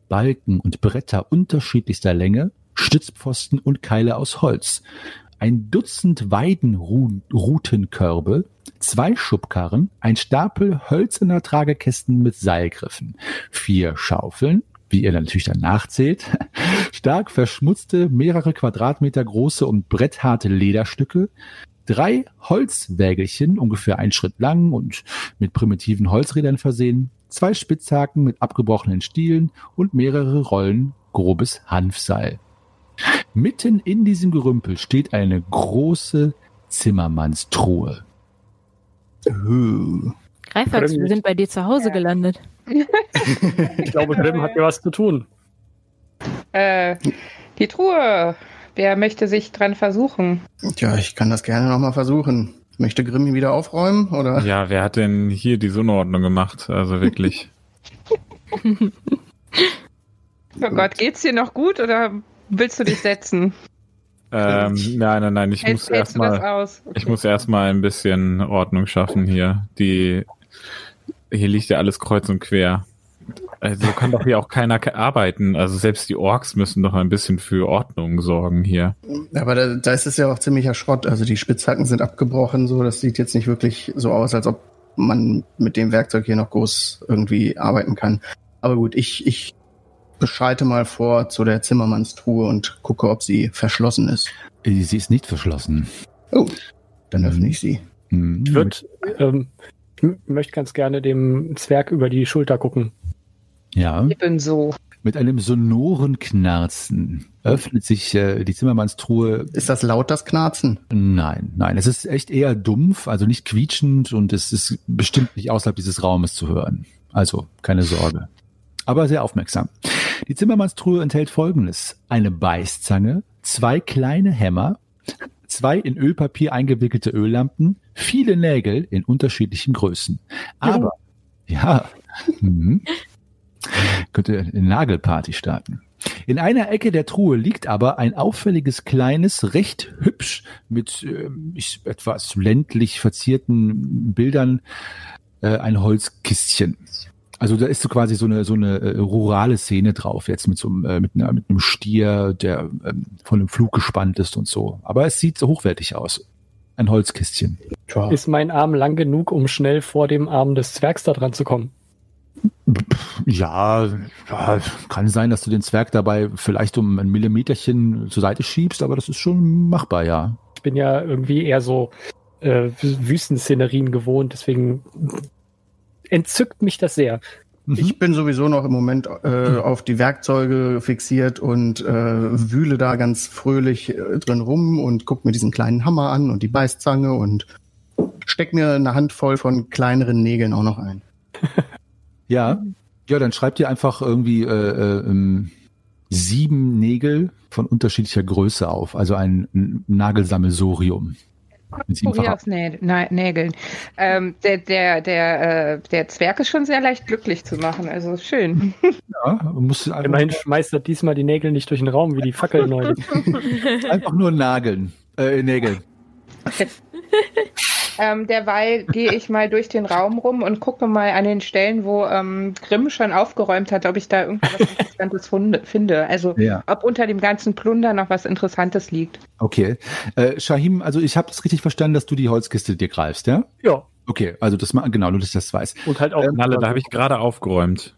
Balken und Bretter unterschiedlichster Länge, Stützpfosten und Keile aus Holz, ein Dutzend Weidenrutenkörbe, zwei Schubkarren, ein Stapel hölzerner Tragekästen mit Seilgriffen, vier Schaufeln, wie ihr natürlich dann nachzählt, stark verschmutzte, mehrere Quadratmeter große und brettharte Lederstücke, drei Holzwägelchen, ungefähr einen Schritt lang und mit primitiven Holzrädern versehen, zwei Spitzhaken mit abgebrochenen Stielen und mehrere Rollen grobes Hanfseil. Mitten in diesem Gerümpel steht eine große Zimmermannstruhe. Greifax, wir sind bei dir zu Hause gelandet. Ich glaube, Grimm hat ja was zu tun. Äh, die Truhe. Wer möchte sich dran versuchen? Tja, ich kann das gerne nochmal versuchen. Möchte Grimm ihn wieder aufräumen, oder? Ja, wer hat denn hier die Unordnung gemacht? Also wirklich. Oh Gott, geht's dir noch gut oder willst du dich setzen? Ähm, nein, nein, nein, ich Hält- muss hältst du das erstmal, aus? Okay. ich muss erstmal ein bisschen Ordnung schaffen hier. Die, hier liegt ja alles kreuz und quer. Also kann doch hier auch keiner ke- arbeiten. Also selbst die Orks müssen doch ein bisschen für Ordnung sorgen hier. Aber da, da ist es ja auch ziemlicher Schrott. Also die Spitzhacken sind abgebrochen, so. Das sieht jetzt nicht wirklich so aus, als ob man mit dem Werkzeug hier noch groß irgendwie arbeiten kann. Aber gut, ich, ich beschreite mal vor zu der Zimmermannstruhe und gucke, ob sie verschlossen ist. Sie ist nicht verschlossen. Oh, dann öffne ich sie. Hm. Ich würde, ähm, ich m- möchte ganz gerne dem Zwerg über die Schulter gucken. Ja. Ich bin so. Mit einem sonoren Knarzen öffnet sich äh, die Zimmermannstruhe. Ist das laut, das Knarzen? Nein, nein, es ist echt eher dumpf, also nicht quietschend und es ist bestimmt nicht außerhalb dieses Raumes zu hören. Also keine Sorge. Aber sehr aufmerksam. Die Zimmermannstruhe enthält Folgendes: eine Beißzange, zwei kleine Hämmer, zwei in Ölpapier eingewickelte Öllampen, viele Nägel in unterschiedlichen Größen. Aber, ja, mhm. könnte eine Nagelparty starten. In einer Ecke der Truhe liegt aber ein auffälliges, kleines, recht hübsch mit äh, ich, etwas ländlich verzierten Bildern äh, ein Holzkistchen. Also da ist so quasi so eine so eine äh, rurale Szene drauf, jetzt mit so einem, äh, mit, einer, mit einem Stier, der ähm, von einem Flug gespannt ist und so. Aber es sieht so hochwertig aus. Ein Holzkistchen. Tja. Ist mein Arm lang genug, um schnell vor dem Arm des Zwergs da dran zu kommen? Ja, ja, kann sein, dass du den Zwerg dabei vielleicht um ein Millimeterchen zur Seite schiebst, aber das ist schon machbar, ja. Ich bin ja irgendwie eher so äh, Wüstenszenerien gewohnt, deswegen entzückt mich das sehr. Mhm. Ich bin sowieso noch im Moment äh, auf die Werkzeuge fixiert und äh, wühle da ganz fröhlich äh, drin rum und guck mir diesen kleinen Hammer an und die Beißzange und steck mir eine Handvoll von kleineren Nägeln auch noch ein. Ja, ja, dann schreibt ihr einfach irgendwie äh, äh, ähm, sieben Nägel von unterschiedlicher Größe auf, also ein N- Nagelsammelsorium. Mit Oh, siebenfacher- hier aufs Nä Nä Nägeln. Ähm, der, der, der, äh, der Zwerg ist schon sehr leicht glücklich zu machen, also schön. Ja, musst einfach, Immerhin schmeißt er diesmal die Nägel nicht durch den Raum wie die Fackel neulich. einfach nur nageln, äh, Nägel. Ähm, derweil gehe ich mal durch den Raum rum und gucke mal an den Stellen, wo ähm, Grimm schon aufgeräumt hat, ob ich da irgendwas Interessantes funde, finde. Also Ja. ob unter dem ganzen Plunder noch was Interessantes liegt. Okay. Äh, Shahim, also ich habe das richtig verstanden, dass du die Holzkiste dir greifst, ja? Ja, Okay, also das mal genau, nur dass ich das weiß. und halt auch. Nalle, da habe ich gerade aufgeräumt.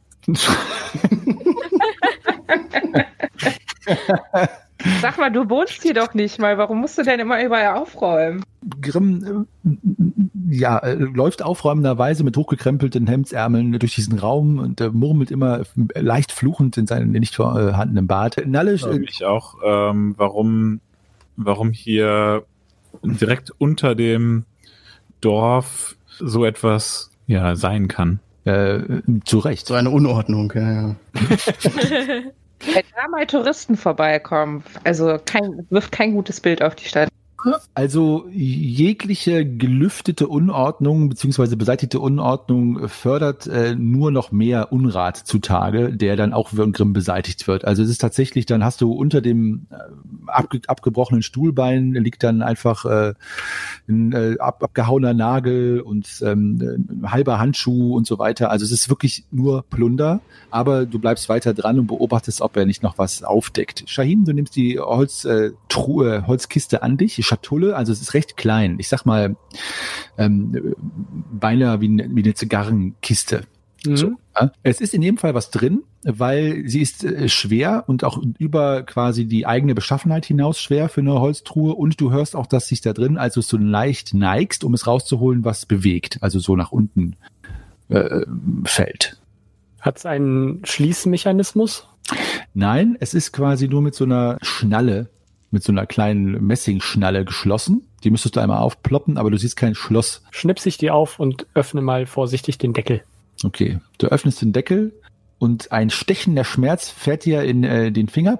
Sag mal, du wohnst hier doch nicht mal. Warum musst du denn immer überall aufräumen? Grimm äh, ja, äh, läuft aufräumenderweise mit hochgekrempelten Hemdsärmeln durch diesen Raum und äh, murmelt immer äh, leicht fluchend in seinem nicht vorhandenen Bart. Nalle, äh, Ich auch, ähm, warum, warum hier direkt unter dem Dorf so etwas ja sein kann. äh, zu Recht. So eine Unordnung, ja, ja. Wenn da mal Touristen vorbeikommen, also kein, wirft kein gutes Bild auf die Stadt. Also jegliche gelüftete Unordnung bzw. beseitigte Unordnung fördert äh, nur noch mehr Unrat zutage, der dann auch von Grimm beseitigt wird. Also es ist tatsächlich, dann hast du unter dem äh, abge abgebrochenen Stuhlbein liegt dann einfach äh, ein äh, ab abgehauener Nagel und ähm, ein halber Handschuh und so weiter. Also es ist wirklich nur Plunder, aber du bleibst weiter dran und beobachtest, ob er nicht noch was aufdeckt. Shaheen, du nimmst die Holztruhe, Holzkiste an dich, die Schatulle, also es ist recht klein. Ich sag mal, ähm, beinahe wie, eine, wie eine Zigarrenkiste. Mhm. So, ja. Es ist in jedem Fall was drin, weil sie ist äh, schwer und auch über quasi die eigene Beschaffenheit hinaus schwer für eine Holztruhe, und du hörst auch, dass sich da drin, also so leicht neigst, um es rauszuholen, was bewegt, also so nach unten äh, fällt. Hat es einen Schließmechanismus? Nein, es ist quasi nur mit so einer Schnalle, mit so einer kleinen Messingschnalle geschlossen. Die müsstest du einmal aufploppen, aber du siehst kein Schloss. Schnips ich die auf und öffne mal vorsichtig den Deckel. Okay, du öffnest den Deckel und ein stechender Schmerz fährt dir in äh, den Finger.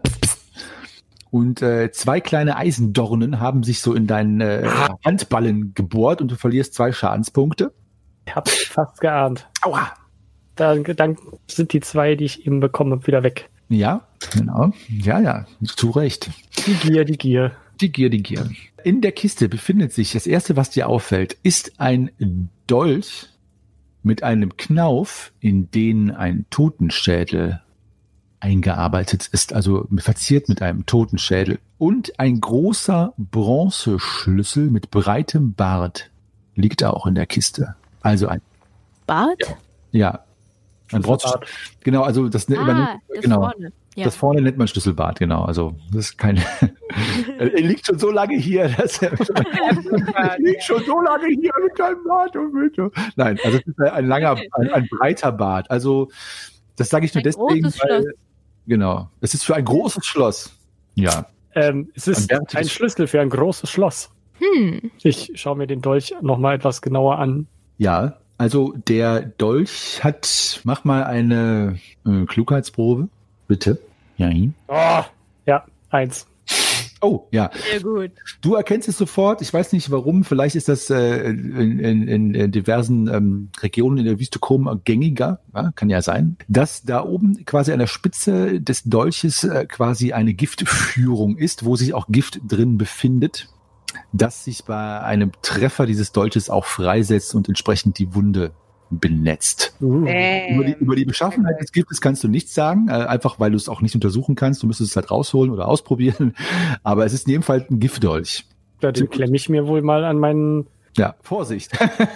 Und äh, zwei kleine Eisendornen haben sich so in deinen äh, Handballen gebohrt und du verlierst zwei Schadenspunkte. Ich hab's fast geahnt. Aua! Dann, dann sind die zwei, die ich eben bekomme, wieder weg. Ja, genau. Ja, ja, zu Recht. Die Gier, die Gier. Die Gier, die Gier. In der Kiste befindet sich, das erste, was dir auffällt, ist ein Dolch mit einem Knauf, in den ein Totenschädel eingearbeitet ist, also verziert mit einem Totenschädel. Und ein großer Bronzeschlüssel mit breitem Bart liegt auch in der Kiste. Also ein Bart? Ja. ja. Ein Bronze, genau, also das, ah, man, das genau, vorne. Ja. Das vorne nennt man Schlüsselbart, genau. Also das ist kein. Er liegt schon so lange hier, dass er liegt schon so lange hier mit deinem Bart und mit. Nein, also es ist ein langer, ein, ein breiter Bart. Also das sage ich nur ein deswegen, weil Schloss. Genau, es ist für ein großes Schloss. Ja. Ähm, es ist ein, ein Schlüssel für ein großes Schloss. Hm. Ich schaue mir den Dolch noch mal etwas genauer an. Ja. Also der Dolch hat, mach mal eine äh, Klugheitsprobe, bitte. Ja. Oh, ja, eins. Oh, ja. Sehr gut. Du erkennst es sofort. Ich weiß nicht warum. Vielleicht ist das äh, in, in, in diversen ähm, Regionen in der Wüste Krom gängiger. Ja, kann ja sein. Dass da oben quasi an der Spitze des Dolches äh, quasi eine Giftführung ist, wo sich auch Gift drin befindet, das sich bei einem Treffer dieses Dolches auch freisetzt und entsprechend die Wunde benetzt. Uh. Äh. Über, die, über die Beschaffenheit des Giftes kannst du nichts sagen, äh, einfach weil du es auch nicht untersuchen kannst. Du müsstest es halt rausholen oder ausprobieren. Aber es ist in jedem Fall ein Giftdolch. Ja, den klemme ich mir wohl mal an meinen... Ja, Vorsicht.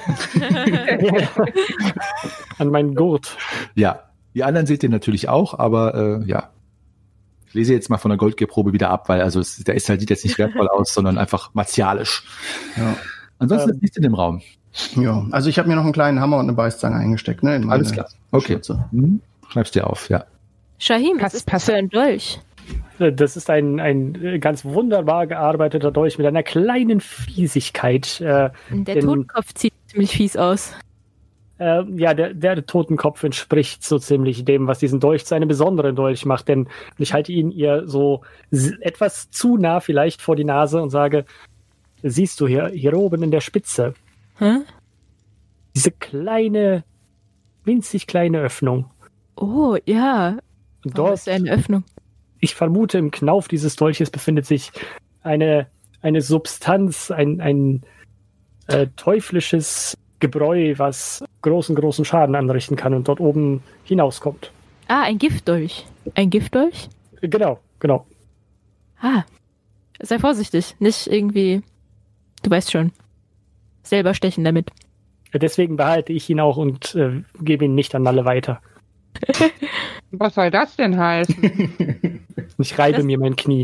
An meinen Gurt. Ja, die anderen seht ihr natürlich auch, aber äh, ja. Ich lese jetzt mal von der Goldgierprobe wieder ab, weil also es, der ist halt, sieht jetzt nicht wertvoll aus, sondern einfach martialisch. Ja. Ansonsten ähm, ist nichts in dem Raum. Ja, also ich habe mir noch einen kleinen Hammer und eine Beißzange eingesteckt. Ne, in meine Alles klar. Okay. Hm. Schreib's dir auf, ja. Shaheen, was ist das für ein Dolch? Das ist ein, ein ganz wunderbar gearbeiteter Dolch mit einer kleinen Fiesigkeit. Äh, der den, Totenkopf sieht ziemlich fies aus. Äh, ja, der, der Totenkopf entspricht so ziemlich dem, was diesen Dolch zu einem besonderen Dolch macht. Denn ich halte ihn ihr so etwas zu nah vielleicht vor die Nase und sage, siehst du hier, hier oben in der Spitze, Hä? diese kleine, winzig kleine Öffnung. Oh, ja. Und dort ist eine Öffnung. Ich vermute, im Knauf dieses Dolches befindet sich eine, eine Substanz, ein, ein äh, teuflisches Gebräu, was großen, großen Schaden anrichten kann und dort oben hinauskommt. Ah, ein Giftdolch. Ein Giftdolch? Genau, genau. Ah, sei vorsichtig. Nicht irgendwie, du weißt schon, selber stechen damit. Deswegen behalte ich ihn auch und äh, gebe ihn nicht an alle weiter. Was soll das denn heißen? Ich reibe das mir mein Knie.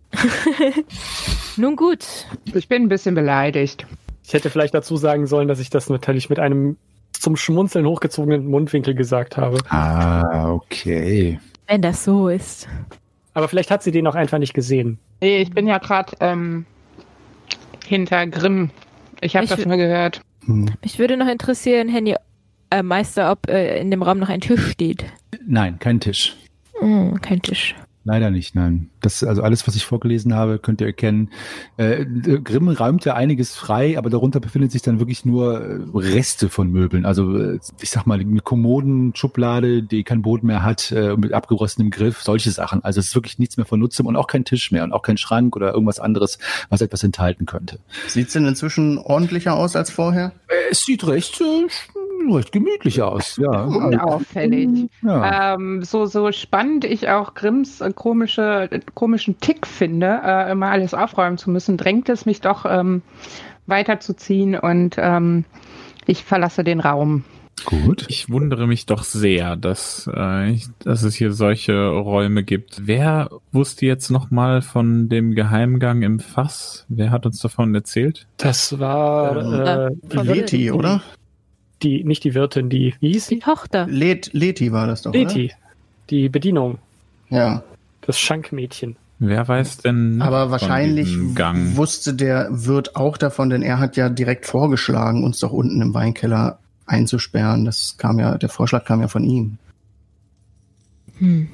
Nun gut. Ich bin ein bisschen beleidigt. Ich hätte vielleicht dazu sagen sollen, dass ich das natürlich mit einem zum Schmunzeln hochgezogenen Mundwinkel gesagt habe. Ah, okay. Wenn das so ist. Aber vielleicht hat sie den auch einfach nicht gesehen. Nee, ich bin ja gerade ähm, hinter Grimm. Ich habe das nur gehört. Hm. Mich würde noch interessieren, Henny, äh, Meister, ob äh, in dem Raum noch ein Tisch steht. Nein, kein Tisch. Mm, kein Tisch. Leider nicht, nein. Das, also alles, was ich vorgelesen habe, könnt ihr erkennen. Äh, Grimm räumt ja einiges frei, aber darunter befindet sich dann wirklich nur Reste von Möbeln. Also ich sag mal, eine Kommoden, Schublade, die keinen Boden mehr hat, äh, mit abgerossenem Griff, solche Sachen. Also es ist wirklich nichts mehr von Nutzung und auch kein Tisch mehr und auch kein Schrank oder irgendwas anderes, was etwas enthalten könnte. Sieht's denn inzwischen ordentlicher aus als vorher? Es sieht recht, äh, recht gemütlich aus, ja. Unauffällig. Ja. Ähm, so, so spannend ich auch Grimms äh, komische, äh, komischen Tick finde, äh, immer alles aufräumen zu müssen, drängt es mich doch ähm, weiterzuziehen und ähm, ich verlasse den Raum. Gut. Ich wundere mich doch sehr, dass, äh, ich, dass es hier solche Räume gibt. Wer wusste jetzt noch mal von dem Geheimgang im Fass? Wer hat uns davon erzählt? Das war äh, Ja, die, Leti, oder? die, nicht die Wirtin, die, wie hieß Die sie? Tochter. Let, Leti war das doch, Leti, die Bedienung, oder? Ja. das Schankmädchen. Wer weiß denn noch Aber von wahrscheinlich diesem Gang? wusste der Wirt auch davon, denn er hat ja direkt vorgeschlagen, uns doch unten im Weinkeller einzusperren. Das kam ja, der Vorschlag kam ja von ihm. Hm.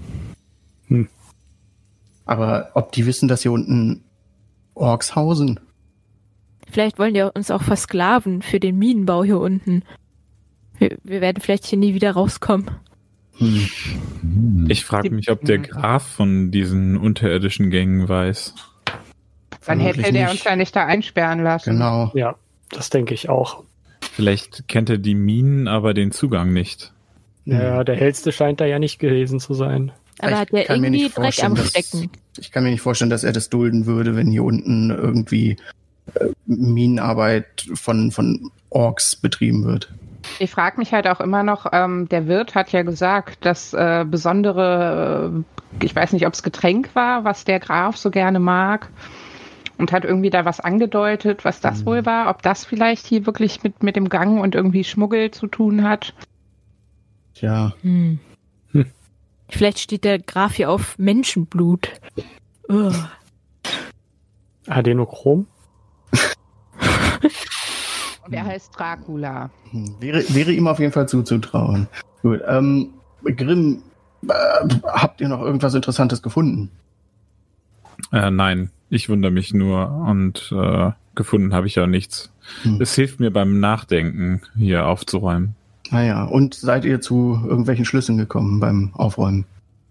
Aber ob die wissen, dass hier unten Orks hausen? Vielleicht wollen die uns auch versklaven für den Minenbau hier unten. Wir, wir werden vielleicht hier nie wieder rauskommen. Hm. Ich frage mich, ob der Graf von diesen unterirdischen Gängen weiß. Dann Vermutlich hätte der nicht. uns ja nicht da einsperren lassen. Genau. Ja, das denke ich auch. Vielleicht kennt er die Minen, aber den Zugang nicht. Ja, der hellste scheint da ja nicht gewesen zu sein. Aber Ich hat der kann mir irgendwie nicht Dreck vorstellen, am dass- Stecken. Ich kann mir nicht vorstellen, dass er das dulden würde, wenn hier unten irgendwie äh, Minenarbeit von, von Orks betrieben wird. Ich frage mich halt auch immer noch, ähm, der Wirt hat ja gesagt, dass äh, besondere, äh, ich weiß nicht, ob es Getränk war, was der Graf so gerne mag und hat irgendwie da was angedeutet, was das Mhm. wohl war, ob das vielleicht hier wirklich mit, mit dem Gang und irgendwie Schmuggel zu tun hat. Tja, Hm. Hm. Vielleicht steht der Graf hier auf Menschenblut. Ugh. Adenochrom? Der heißt Dracula. hm, wäre, wäre ihm auf jeden Fall zuzutrauen. Gut, ähm, Grimm, äh, habt ihr noch irgendwas Interessantes gefunden? Äh, nein, ich wundere mich nur und äh, gefunden habe ich ja nichts. Hm. Es hilft mir beim Nachdenken, hier aufzuräumen. Naja, und seid ihr zu irgendwelchen Schlüssen gekommen beim Aufräumen?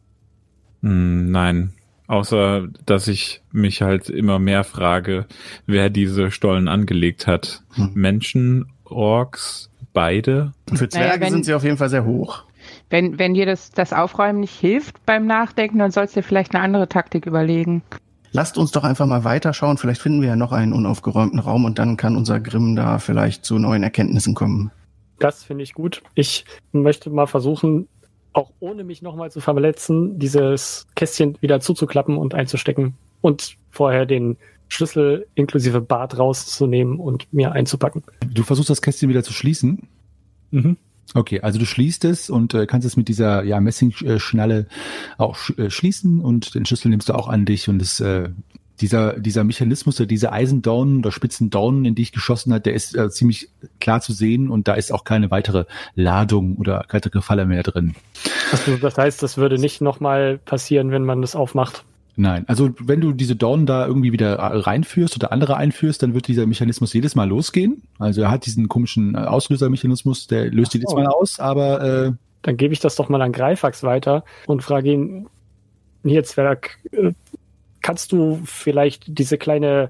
Hm, nein, außer dass ich mich halt immer mehr frage, wer diese Stollen angelegt hat. Hm. Menschen, Orks, beide? Für Zwerge Naja, wenn- sind sie auf jeden Fall sehr hoch. Wenn, wenn dir das, das Aufräumen nicht hilft beim Nachdenken, dann sollst du dir vielleicht eine andere Taktik überlegen. Lasst uns doch einfach mal weiterschauen. Vielleicht finden wir ja noch einen unaufgeräumten Raum und dann kann unser Grimm da vielleicht zu neuen Erkenntnissen kommen. Das finde ich gut. Ich möchte mal versuchen, auch ohne mich nochmal zu verletzen, dieses Kästchen wieder zuzuklappen und einzustecken und vorher den Schlüssel inklusive Bart rauszunehmen und mir einzupacken. Du versuchst das Kästchen wieder zu schließen. Mhm. Okay, also du schließt es und äh, kannst es mit dieser ja, Messingschnalle auch sch äh, schließen und den Schlüssel nimmst du auch an dich und es, äh, dieser, dieser Mechanismus, oder diese Eisendaunen oder spitzen Daunen, in die ich geschossen hat, der ist äh, ziemlich klar zu sehen und da ist auch keine weitere Ladung oder weitere Falle mehr drin. Also das heißt, das würde nicht nochmal passieren, wenn man das aufmacht. Nein, also wenn du diese Dornen da irgendwie wieder reinführst oder andere einführst, dann wird dieser Mechanismus jedes Mal losgehen. Also er hat diesen komischen Auslösermechanismus, der löst Ach so. jedes Mal aus, aber äh, Dann gebe ich das doch mal an Greifax weiter und frage ihn, hier Zwerg, äh, kannst du vielleicht diese kleine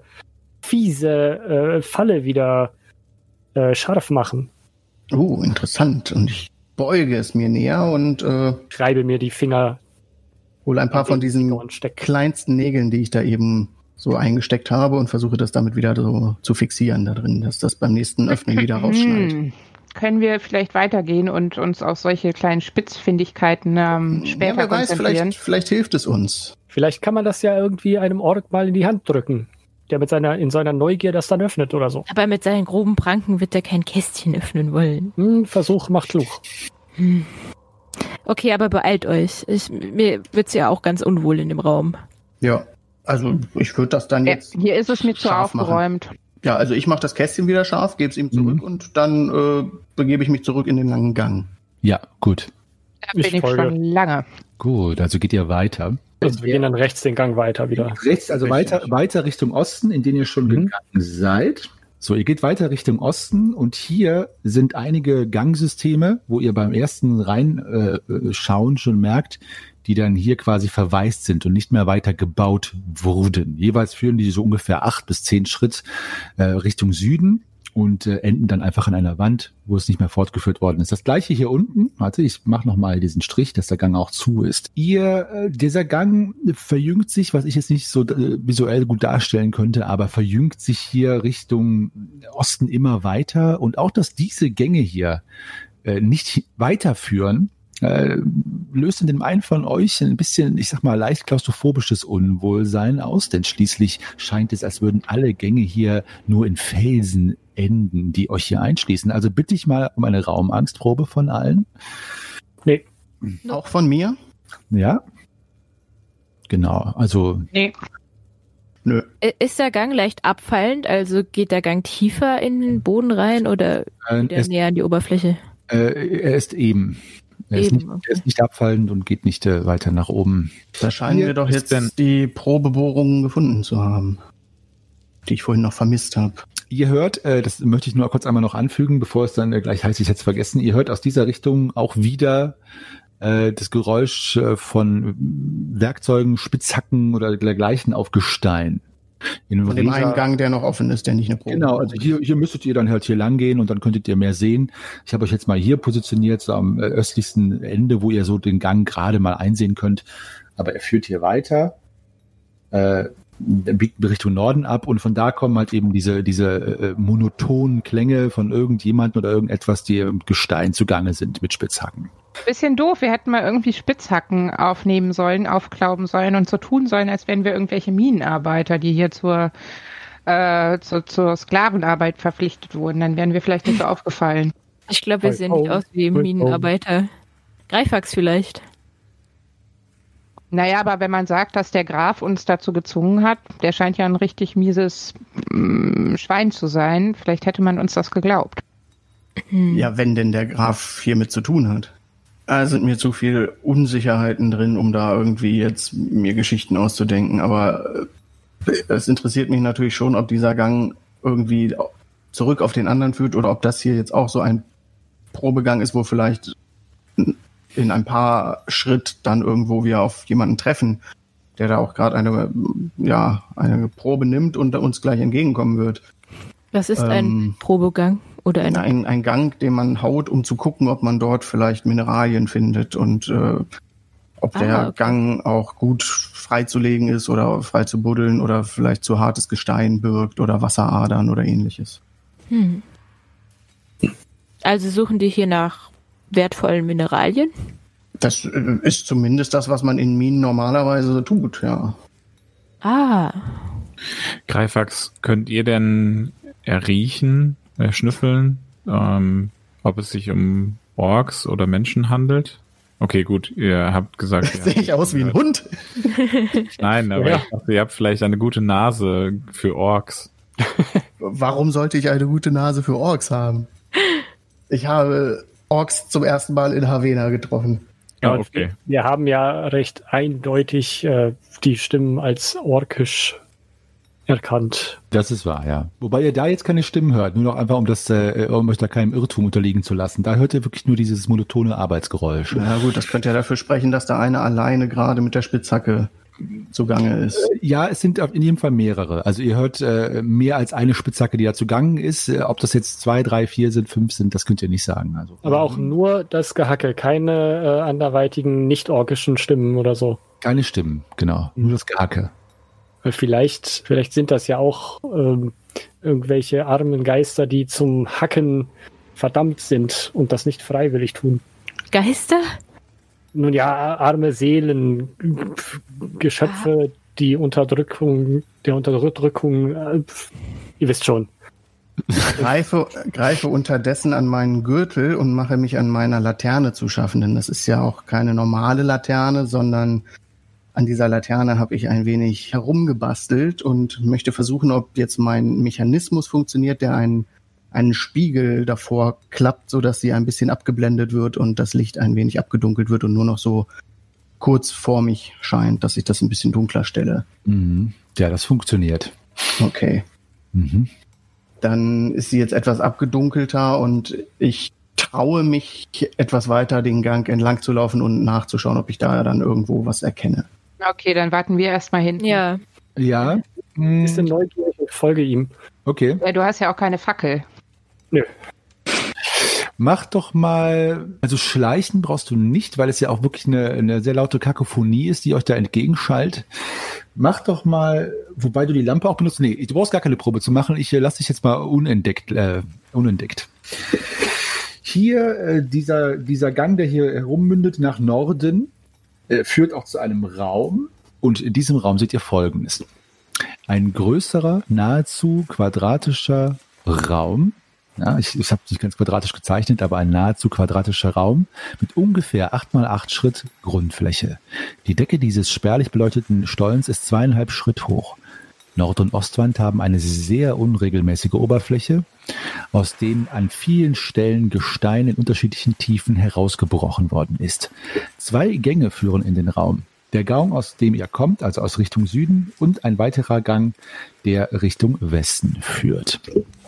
fiese äh, Falle wieder äh, scharf machen? Oh, interessant. Und ich beuge es mir näher und äh, Reibe mir die Finger hole ein paar von diesen und steck. kleinsten Nägeln, die ich da eben so eingesteckt habe und versuche das damit wieder so zu fixieren da drin, dass das beim nächsten Öffnen wieder rausschneidet. Hm. Können wir vielleicht weitergehen und uns auf solche kleinen Spitzfindigkeiten ähm, später Ja, wer weiß, konzentrieren? vielleicht, vielleicht hilft es uns. Vielleicht kann man das ja irgendwie einem Ork mal in die Hand drücken, der mit seiner, in seiner Neugier das dann öffnet oder so. Aber mit seinen groben Pranken wird er kein Kästchen öffnen wollen. Hm, Versuch macht klug. Hm. Okay, aber beeilt euch. Ich, mir wird's ja auch ganz unwohl in dem Raum. Ja, also ich würde das dann Ja, jetzt... hier ist es mir zu scharf machen. aufgeräumt. Ja, also ich mache das Kästchen wieder scharf, gebe es ihm zurück Mhm. und dann äh, begebe ich mich zurück in den langen Gang. ja, gut. Da bin Ich ich folge. schon lange. Gut, also geht ihr weiter. Also wir gehen dann rechts den Gang weiter wieder. Rechts, also weiter, weiter Richtung Osten, in den ihr schon Mhm. gegangen seid. So, ihr geht weiter Richtung Osten und hier sind einige Gangsysteme, wo ihr beim ersten Reinschauen äh, schon merkt, die dann hier quasi verwaist sind und nicht mehr weiter gebaut wurden. Jeweils führen die so ungefähr acht bis zehn Schritt äh, Richtung Süden und äh, enden dann einfach an einer Wand, wo es nicht mehr fortgeführt worden ist. Das gleiche hier unten. Warte, ich mache nochmal diesen Strich, dass der Gang auch zu ist. Ihr, äh, dieser Gang verjüngt sich, was ich jetzt nicht so äh, visuell gut darstellen könnte, aber verjüngt sich hier Richtung Osten immer weiter. Und auch, dass diese Gänge hier äh, nicht weiterführen, äh, löst in dem einen von euch ein bisschen, ich sag mal, leicht klaustrophobisches Unwohlsein aus, denn schließlich scheint es, als würden alle Gänge hier nur in Felsen enden, die euch hier einschließen. Also bitte ich mal um eine Raumangstprobe von allen. Nee. Auch von mir? Ja. Genau, also Nee. Nö. I- Ist der Gang leicht abfallend? Also geht der Gang tiefer in den Boden rein oder äh, wieder es, näher an die Oberfläche? äh, er ist eben. Er ist, Eben, nicht, okay. er ist nicht abfallend und geht nicht äh, weiter nach oben. Da scheinen Hier wir doch ist jetzt denn- die Probebohrungen gefunden zu haben, die ich vorhin noch vermisst habe. Ihr hört, äh, das möchte ich nur kurz einmal noch anfügen, bevor es dann äh, gleich heißt, ich hätte es vergessen, ihr hört aus dieser Richtung auch wieder äh, das Geräusch äh, von Werkzeugen, Spitzhacken oder dergleichen auf Gestein. In Von dem Resa- einen Gang, der noch offen ist, der nicht eine Probe Genau, also hier, hier müsstet ihr dann halt hier lang gehen und dann könntet ihr mehr sehen. Ich habe euch jetzt mal hier positioniert, so am äh, östlichsten Ende, wo ihr so den Gang gerade mal einsehen könnt. Aber er führt hier weiter, äh, er biegt Richtung Norden ab und von da kommen halt eben diese, diese äh, monotonen Klänge von irgendjemandem oder irgendetwas, die im Gestein zugange sind mit Spitzhacken. Bisschen doof. Wir hätten mal irgendwie Spitzhacken aufnehmen sollen, aufklauben sollen und so tun sollen, als wären wir irgendwelche Minenarbeiter, die hier zur, äh, zur, zur Sklavenarbeit verpflichtet wurden. Dann wären wir vielleicht nicht so aufgefallen. Ich glaube, wir Voll sehen nicht kaum. aus wie Voll Minenarbeiter. Greifax vielleicht. Naja, aber wenn man sagt, dass der Graf uns dazu gezwungen hat, der scheint ja ein richtig mieses mm, Schwein zu sein, vielleicht hätte man uns das geglaubt. Ja, wenn denn der Graf hiermit zu tun hat. Da sind mir zu viele Unsicherheiten drin, um da irgendwie jetzt mir Geschichten auszudenken. Aber äh, es interessiert mich natürlich schon, ob dieser Gang irgendwie zurück auf den anderen führt oder ob das hier jetzt auch so ein Probegang ist, wo vielleicht in ein paar Schritt dann irgendwo wir auf jemanden treffen, der da auch gerade eine, ja, eine Probe nimmt und uns gleich entgegenkommen wird. Was ist ein Ähm, Probegang? Oder ein, Ein, ein Gang, den man haut, um zu gucken, ob man dort vielleicht Mineralien findet und äh, ob Ah, der okay. Gang auch gut freizulegen ist oder frei zu buddeln oder vielleicht zu hartes Gestein birgt oder Wasseradern oder ähnliches. Hm. Also suchen die hier nach wertvollen Mineralien? Das äh, ist zumindest das, was man in Minen normalerweise tut, ja. Ah, Greifax, könnt ihr denn erriechen, erschnüffeln, ähm, ob es sich um Orks oder Menschen handelt? Okay, gut, ihr habt gesagt... ihr Sehe habt- ich aus wie ein Hund? Nein, aber Ja. ich dachte, ihr habt vielleicht eine gute Nase für Orks. Warum sollte ich eine gute Nase für Orks haben? Ich habe Orks zum ersten Mal in Havena getroffen. Ja, und okay. wir, wir haben ja recht eindeutig äh, die Stimmen als orkisch erkannt. Das ist wahr, ja. Wobei ihr da jetzt keine Stimmen hört, nur noch einfach, um das, äh, um euch da keinem Irrtum unterliegen zu lassen. Da hört ihr wirklich nur dieses monotone Arbeitsgeräusch. Na gut, das könnte ja dafür sprechen, dass da eine alleine gerade mit der Spitzhacke zugange ist. Ja, es sind in jedem Fall mehrere. Also ihr hört äh, mehr als eine Spitzhacke, die da zugange ist. Äh, ob das jetzt zwei, drei, vier sind, fünf sind, das könnt ihr nicht sagen. Also Aber auch nur das Gehacke, keine äh, anderweitigen nicht-orkischen Stimmen oder so. keine Stimmen, genau. Nur das Gehacke. Weil vielleicht, vielleicht sind das ja auch ähm, irgendwelche armen Geister, die zum Hacken verdammt sind und das nicht freiwillig tun. Geister? Nun ja, arme Seelen, Geschöpfe, die Unterdrückung, der Unterdrückung, äh, ihr wisst schon. Greife, greife unterdessen an meinen Gürtel und mache mich an meiner Laterne zu schaffen, denn das ist ja auch keine normale Laterne, sondern an dieser Laterne habe ich ein wenig herumgebastelt und möchte versuchen, ob jetzt mein Mechanismus funktioniert, der einen, einen Spiegel davor klappt, sodass sie ein bisschen abgeblendet wird und das Licht ein wenig abgedunkelt wird und nur noch so kurz vor mich scheint, dass ich das ein bisschen dunkler stelle. Mhm. Ja, das funktioniert. Okay. Mhm. Dann ist sie jetzt etwas abgedunkelter und ich traue mich, etwas weiter den Gang entlang zu laufen und nachzuschauen, ob ich da dann irgendwo was erkenne. Okay, dann warten wir erstmal hinten. Ja. Ja. Bisschen neugierig und folge ihm. Okay. Ja, du hast ja auch keine Fackel. Nö. Mach doch mal, also schleichen brauchst du nicht, weil es ja auch wirklich eine, eine sehr laute Kakophonie ist, die euch da entgegenschallt. Mach doch mal, wobei du die Lampe auch benutzt. Nee, du brauchst gar keine Probe zu machen. Ich äh, lasse dich jetzt mal unentdeckt. Äh, unentdeckt. Hier, äh, dieser, dieser Gang, der hier herummündet nach Norden, äh, führt auch zu einem Raum. Und in diesem Raum seht ihr Folgendes. Ein größerer, nahezu quadratischer Raum. Ja, ich ich habe nicht ganz quadratisch gezeichnet, aber ein nahezu quadratischer Raum mit ungefähr acht mal acht Schritt Grundfläche. Die Decke dieses spärlich beleuchteten Stollens ist zweieinhalb Schritt hoch. Nord- und Ostwand haben eine sehr unregelmäßige Oberfläche, aus denen an vielen Stellen Gestein in unterschiedlichen Tiefen herausgebrochen worden ist. Zwei Gänge führen in den Raum. Der Gang, aus dem ihr kommt, also aus Richtung Süden, und ein weiterer Gang, der Richtung Westen führt.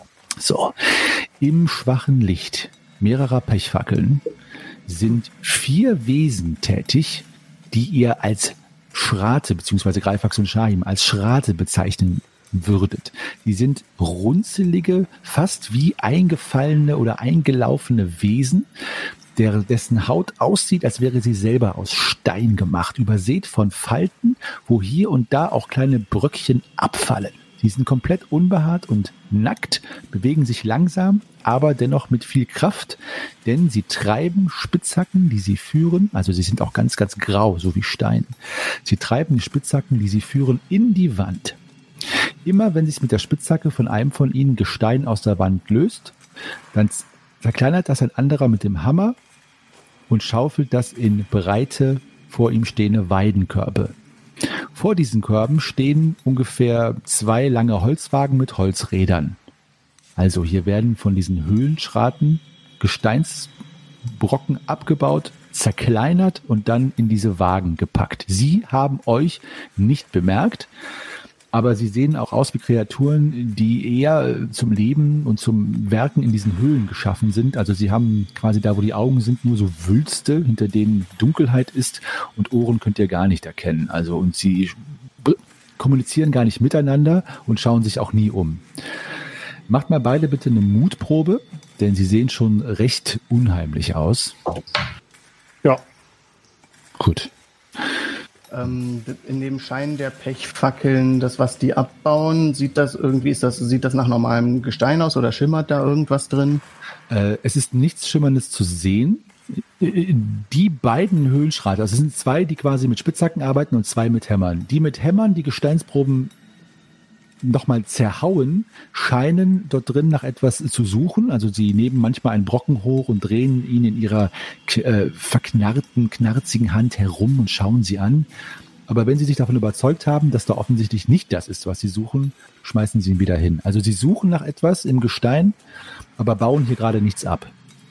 So, im schwachen Licht mehrerer Pechfackeln sind vier Wesen tätig, die ihr als Schrate, beziehungsweise Greifax und Shahim als Schrate bezeichnen würdet. Die sind runzelige, fast wie eingefallene oder eingelaufene Wesen, der, dessen Haut aussieht, als wäre sie selber aus Stein gemacht, übersät von Falten, wo hier und da auch kleine Bröckchen abfallen. Die sind komplett unbehaart und nackt, bewegen sich langsam, aber dennoch mit viel Kraft, denn sie treiben Spitzhacken, die sie führen, also sie sind auch ganz, ganz grau, so wie Stein. Sie treiben die Spitzhacken, die sie führen, in die Wand. Immer wenn sich mit der Spitzhacke von einem von ihnen Gestein aus der Wand löst, dann verkleinert das ein anderer mit dem Hammer und schaufelt das in breite, vor ihm stehende Weidenkörbe. Vor diesen Körben stehen ungefähr zwei lange Holzwagen mit Holzrädern. Also hier werden von diesen Höhlenschraten Gesteinsbrocken abgebaut, zerkleinert und dann in diese Wagen gepackt. Sie haben euch nicht bemerkt, aber sie sehen auch aus wie Kreaturen, die eher zum Leben und zum Werken in diesen Höhlen geschaffen sind. Also sie haben quasi da, wo die Augen sind, nur so Wülste, hinter denen Dunkelheit ist, und Ohren könnt ihr gar nicht erkennen. Also und sie kommunizieren gar nicht miteinander und schauen sich auch nie um. Macht mal beide bitte eine Mutprobe, denn sie sehen schon recht unheimlich aus. Ja. Gut. Ähm, in dem Schein der Pechfackeln, das, was die abbauen, sieht das irgendwie, ist das, sieht das nach normalem Gestein aus oder schimmert da irgendwas drin? Äh, es ist nichts Schimmerndes zu sehen. Die beiden Höhlenschreiter, also es sind zwei, die quasi mit Spitzhacken arbeiten und zwei mit Hämmern. Die mit Hämmern die Gesteinsproben nochmal zerhauen, scheinen dort drin nach etwas zu suchen. Also sie nehmen manchmal einen Brocken hoch und drehen ihn in ihrer äh, verknarrten, knarzigen Hand herum und schauen sie an. Aber wenn sie sich davon überzeugt haben, dass da offensichtlich nicht das ist, was sie suchen, schmeißen sie ihn wieder hin. Also sie suchen nach etwas im Gestein, aber bauen hier gerade nichts ab.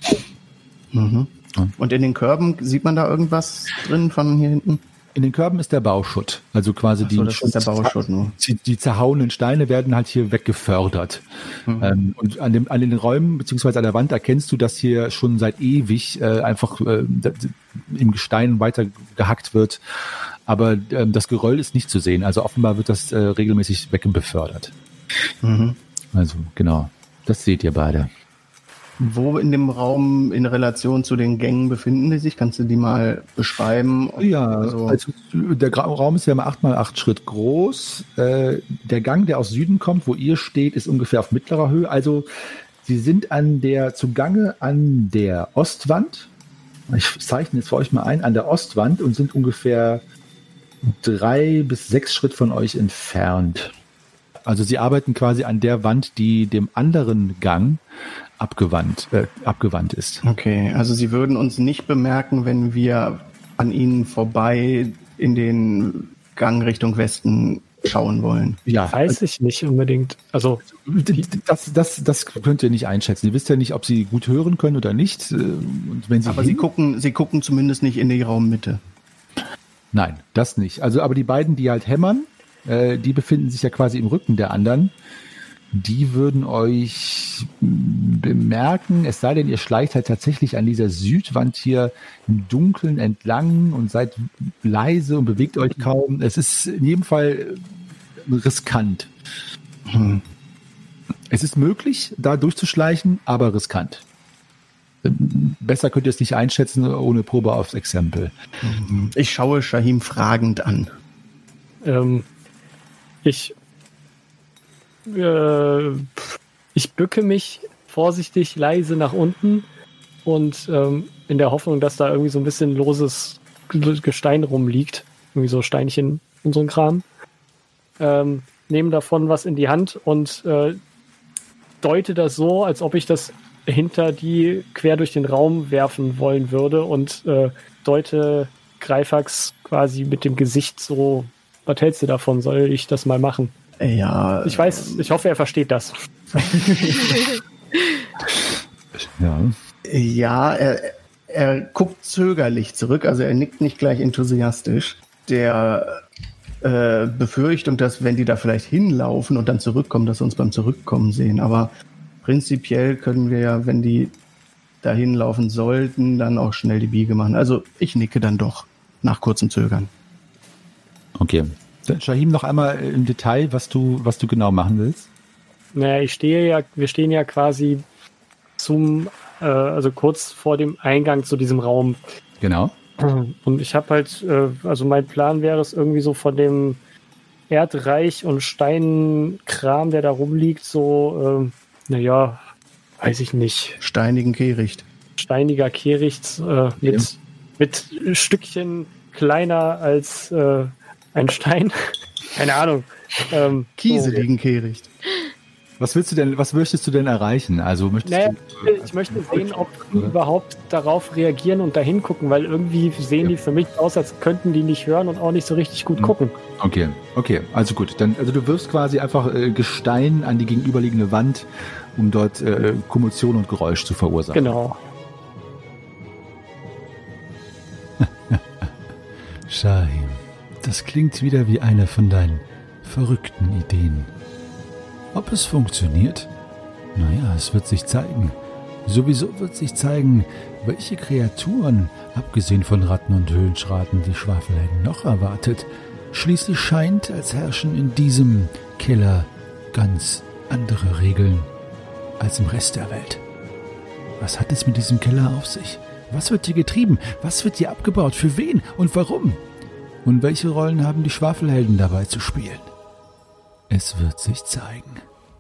Mhm. Und in den Körben, sieht man da irgendwas drin von hier hinten? In den Körben ist der Bauschutt, also quasi Ach so, die, das ist der Bauschutt nur. Die, die zerhauenen Steine werden halt hier weggefördert. Mhm. Ähm, und an, dem, an den Räumen beziehungsweise an der Wand erkennst du, dass hier schon seit ewig äh, einfach äh, im Gestein weiter gehackt wird. Aber äh, das Geröll ist nicht zu sehen. Also offenbar wird das äh, regelmäßig wegbefördert. Mhm. Also genau, das seht ihr beide. Wo in dem Raum in Relation zu den Gängen befinden die sich? Kannst du die mal beschreiben? Ja, also, also der Raum ist ja mal acht mal acht Schritt groß. Äh, der Gang, der aus Süden kommt, wo ihr steht, ist ungefähr auf mittlerer Höhe. Also sie sind an der zugange an der Ostwand. Ich zeichne jetzt für euch mal ein, an der Ostwand und sind ungefähr drei bis sechs Schritt von euch entfernt. Also sie arbeiten quasi an der Wand, die dem anderen Gang abgewandt, äh, abgewandt ist. Okay, also sie würden uns nicht bemerken, wenn wir an ihnen vorbei in den Gang Richtung Westen schauen wollen. Ja, weiß ich nicht unbedingt. Also das, das, das könnt ihr nicht einschätzen. Ihr wisst ja nicht, ob sie gut hören können oder nicht. Und wenn sie Aber sie gucken, sie gucken zumindest nicht in die Raummitte. Nein, das nicht. Also, aber die beiden, die halt hämmern, äh, die befinden sich ja quasi im Rücken der anderen. Die würden euch bemerken, es sei denn, ihr schleicht halt tatsächlich an dieser Südwand hier im Dunkeln entlang und seid leise und bewegt euch kaum. Es ist in jedem Fall riskant. Hm. Es ist möglich, da durchzuschleichen, aber riskant. Besser könnt ihr es nicht einschätzen, ohne Probe aufs Exempel. Ich schaue Shahim fragend an. Ähm, ich äh, ich bücke mich vorsichtig leise nach unten und ähm, in der Hoffnung, dass da irgendwie so ein bisschen loses Gestein rumliegt. Irgendwie so Steinchen und so ein Kram. Ähm, nehme davon was in die Hand und äh, deute das so, als ob ich das hinter die quer durch den Raum werfen wollen würde und äh, deute Greifax quasi mit dem Gesicht so, was hältst du davon? Soll ich das mal machen? Ja. Ich weiß, ich hoffe, er versteht das. Ja. Ja, er, er guckt zögerlich zurück, also er nickt nicht gleich enthusiastisch. Der äh, Befürchtung, dass wenn die da vielleicht hinlaufen und dann zurückkommen, dass sie uns beim Zurückkommen sehen. Aber prinzipiell können wir ja, wenn die da hinlaufen sollten, dann auch schnell die Biege machen. Also ich nicke dann doch nach kurzem Zögern. Okay. Dann Shahim, noch einmal im Detail, was du, was du genau machen willst. Naja, ich stehe ja, wir stehen ja quasi zum, äh, also kurz vor dem Eingang zu diesem Raum. Genau. Und ich habe halt, äh, also mein Plan wäre es irgendwie so von dem Erdreich und Steinkram, der da rumliegt, so, äh, naja, weiß ich nicht. Steinigen Kehricht. Steiniger Kehricht äh, mit, ja. mit Stückchen kleiner als äh, ein Stein. Keine Ahnung. Ähm, Kieseligen so. Kehricht. Was willst du denn, was möchtest du denn erreichen? Also möchtest naja, du, ich möchte sehen, ob die überhaupt darauf reagieren und dahin gucken, weil irgendwie sehen ja. die für mich aus, als könnten die nicht hören und auch nicht so richtig gut gucken. Okay, okay, also gut. Dann, also du wirfst quasi einfach äh, Gestein an die gegenüberliegende Wand, um dort äh, Kommotion und Geräusch zu verursachen. Genau. Shahim, das klingt wieder wie eine von deinen verrückten Ideen. Ob es funktioniert? Naja, es wird sich zeigen. Sowieso wird sich zeigen, welche Kreaturen, abgesehen von Ratten und Höhlenschraten, die Schwafelhelden noch erwartet. Schließlich scheint, als herrschen in diesem Keller ganz andere Regeln als im Rest der Welt. Was hat es mit diesem Keller auf sich? Was wird hier getrieben? Was wird hier abgebaut? Für wen und warum? Und welche Rollen haben die Schwafelhelden dabei zu spielen? Es wird sich zeigen.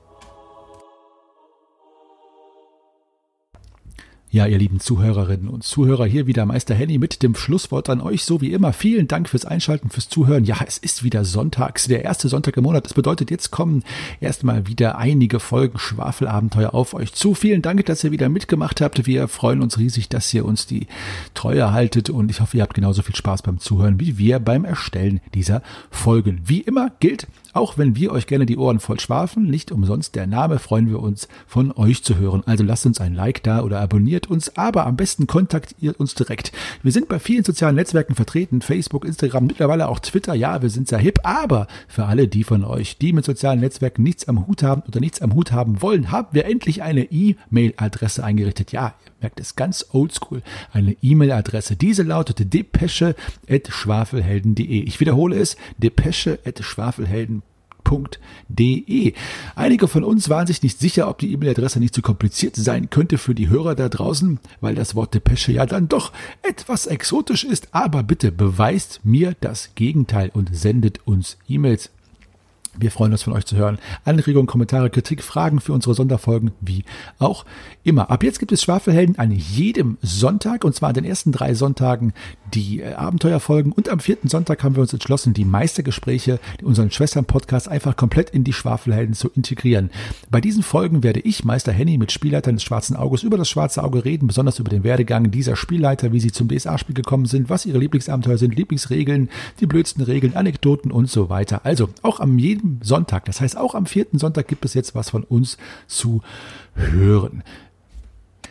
Ja, ihr lieben Zuhörerinnen und Zuhörer, hier wieder Meister Henny mit dem Schlusswort an euch, so wie immer. Vielen Dank fürs Einschalten, fürs Zuhören. Ja, es ist wieder sonntags, der erste Sonntag im Monat. Das bedeutet, jetzt kommen erstmal wieder einige Folgen Schwafelabenteuer auf euch zu. Vielen Dank, dass ihr wieder mitgemacht habt. Wir freuen uns riesig, dass ihr uns die Treue haltet und ich hoffe, ihr habt genauso viel Spaß beim Zuhören wie wir beim Erstellen dieser Folgen. Wie immer gilt, auch wenn wir euch gerne die Ohren voll schwafeln, nicht umsonst der Name, freuen wir uns von euch zu hören. Also lasst uns ein Like da oder abonniert uns, aber am besten kontaktiert uns direkt. Wir sind bei vielen sozialen Netzwerken vertreten, Facebook, Instagram, mittlerweile auch Twitter. Ja, wir sind sehr hip, aber für alle die von euch, die mit sozialen Netzwerken nichts am Hut haben oder nichts am Hut haben wollen, haben wir endlich eine E-Mail-Adresse eingerichtet. Ja, ihr merkt es, ganz oldschool. Eine E-Mail-Adresse. Diese lautet depesche at schwafelhelden punkt de. Ich wiederhole es, depesche at schwafelhelden punkt de. Einige von uns waren sich nicht sicher, ob die E-Mail-Adresse nicht zu kompliziert sein könnte für die Hörer da draußen, weil das Wort Depesche ja dann doch etwas exotisch ist. Aber bitte beweist mir das Gegenteil und sendet uns E-Mails. Wir freuen uns, von euch zu hören. Anregungen, Kommentare, Kritik, Fragen für unsere Sonderfolgen, wie auch immer. Ab jetzt gibt es Schwafelhelden an jedem Sonntag, und zwar an den ersten drei Sonntagen die äh, Abenteuerfolgen. Und am vierten Sonntag haben wir uns entschlossen, die Meistergespräche, unseren Schwestern-Podcast, einfach komplett in die Schwafelhelden zu integrieren. Bei diesen Folgen werde ich, Meister Henny, mit Spielleitern des Schwarzen Auges über das Schwarze Auge reden, besonders über den Werdegang dieser Spielleiter, wie sie zum D S A-Spiel gekommen sind, was ihre Lieblingsabenteuer sind, Lieblingsregeln, die blödsten Regeln, Anekdoten und so weiter. Also auch am jedem Sonntag, das heißt auch am vierten Sonntag gibt es jetzt was von uns zu hören.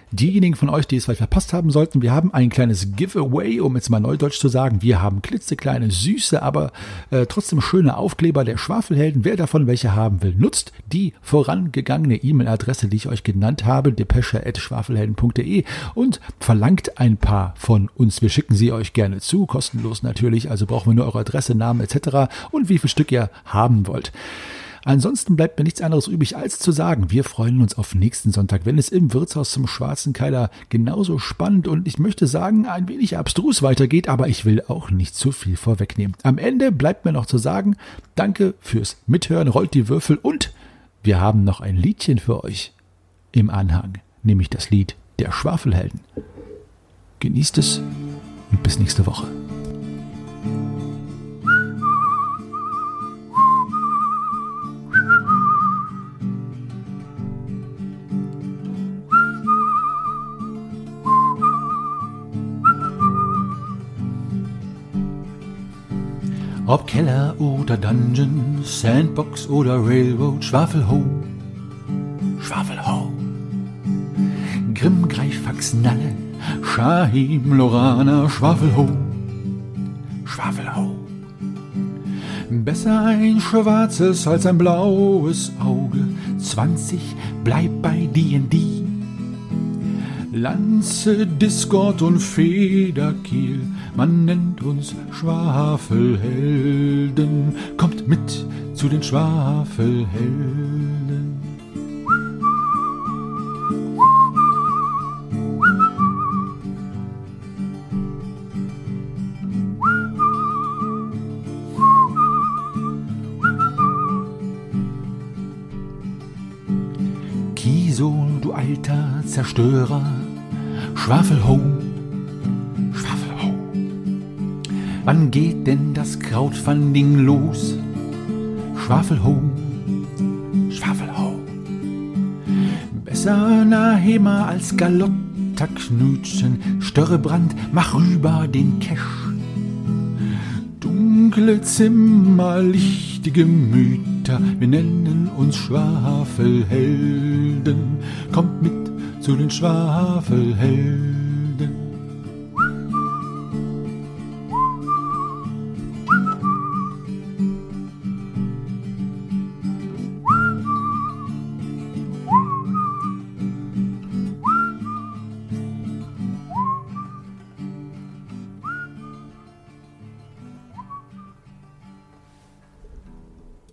Diejenigen von euch, die es vielleicht verpasst haben sollten, wir haben ein kleines Giveaway, um jetzt mal neudeutsch zu sagen. Wir haben klitzekleine, süße, aber äh, trotzdem schöne Aufkleber der Schwafelhelden. Wer davon welche haben will, nutzt die vorangegangene E-Mail-Adresse, die ich euch genannt habe, depesche at schwafelhelden punkt de und verlangt ein paar von uns. Wir schicken sie euch gerne zu, kostenlos natürlich, also brauchen wir nur eure Adresse, Namen et cetera und wie viel Stück ihr haben wollt. Ansonsten bleibt mir nichts anderes übrig, als zu sagen, wir freuen uns auf nächsten Sonntag, wenn es im Wirtshaus zum Schwarzen Keiler genauso spannend und ich möchte sagen, ein wenig abstrus weitergeht, aber ich will auch nicht zu viel vorwegnehmen. Am Ende bleibt mir noch zu sagen, danke fürs Mithören, rollt die Würfel und wir haben noch ein Liedchen für euch im Anhang, nämlich das Lied der Schwafelhelden. Genießt es und bis nächste Woche. Ob Keller oder Dungeon, Sandbox oder Railroad, Schwafelho, Schwafelho. Grimm, Greifax, Nalle, Shahim, Lorana, Schwafelho, Schwafelho. Besser ein schwarzes als ein blaues Auge, zwanzig, bleib bei D und D. Lanze, Discord und Federkiel, man nennt uns Schwafelhelden. Kommt mit zu den Schwafelhelden. Kiesel, du alter Zerstörer, Schwafelho, Schwafelho. Wann geht denn das Crowdfunding los? Schwafelho, Schwafelho. Besser Nahema als Galotta Knütchen, Störrebrand, mach rüber den Cash. Dunkle Zimmer, lichte Gemüter, wir nennen uns Schwafelhelden. Kommt mit zu den Schwafelhelden.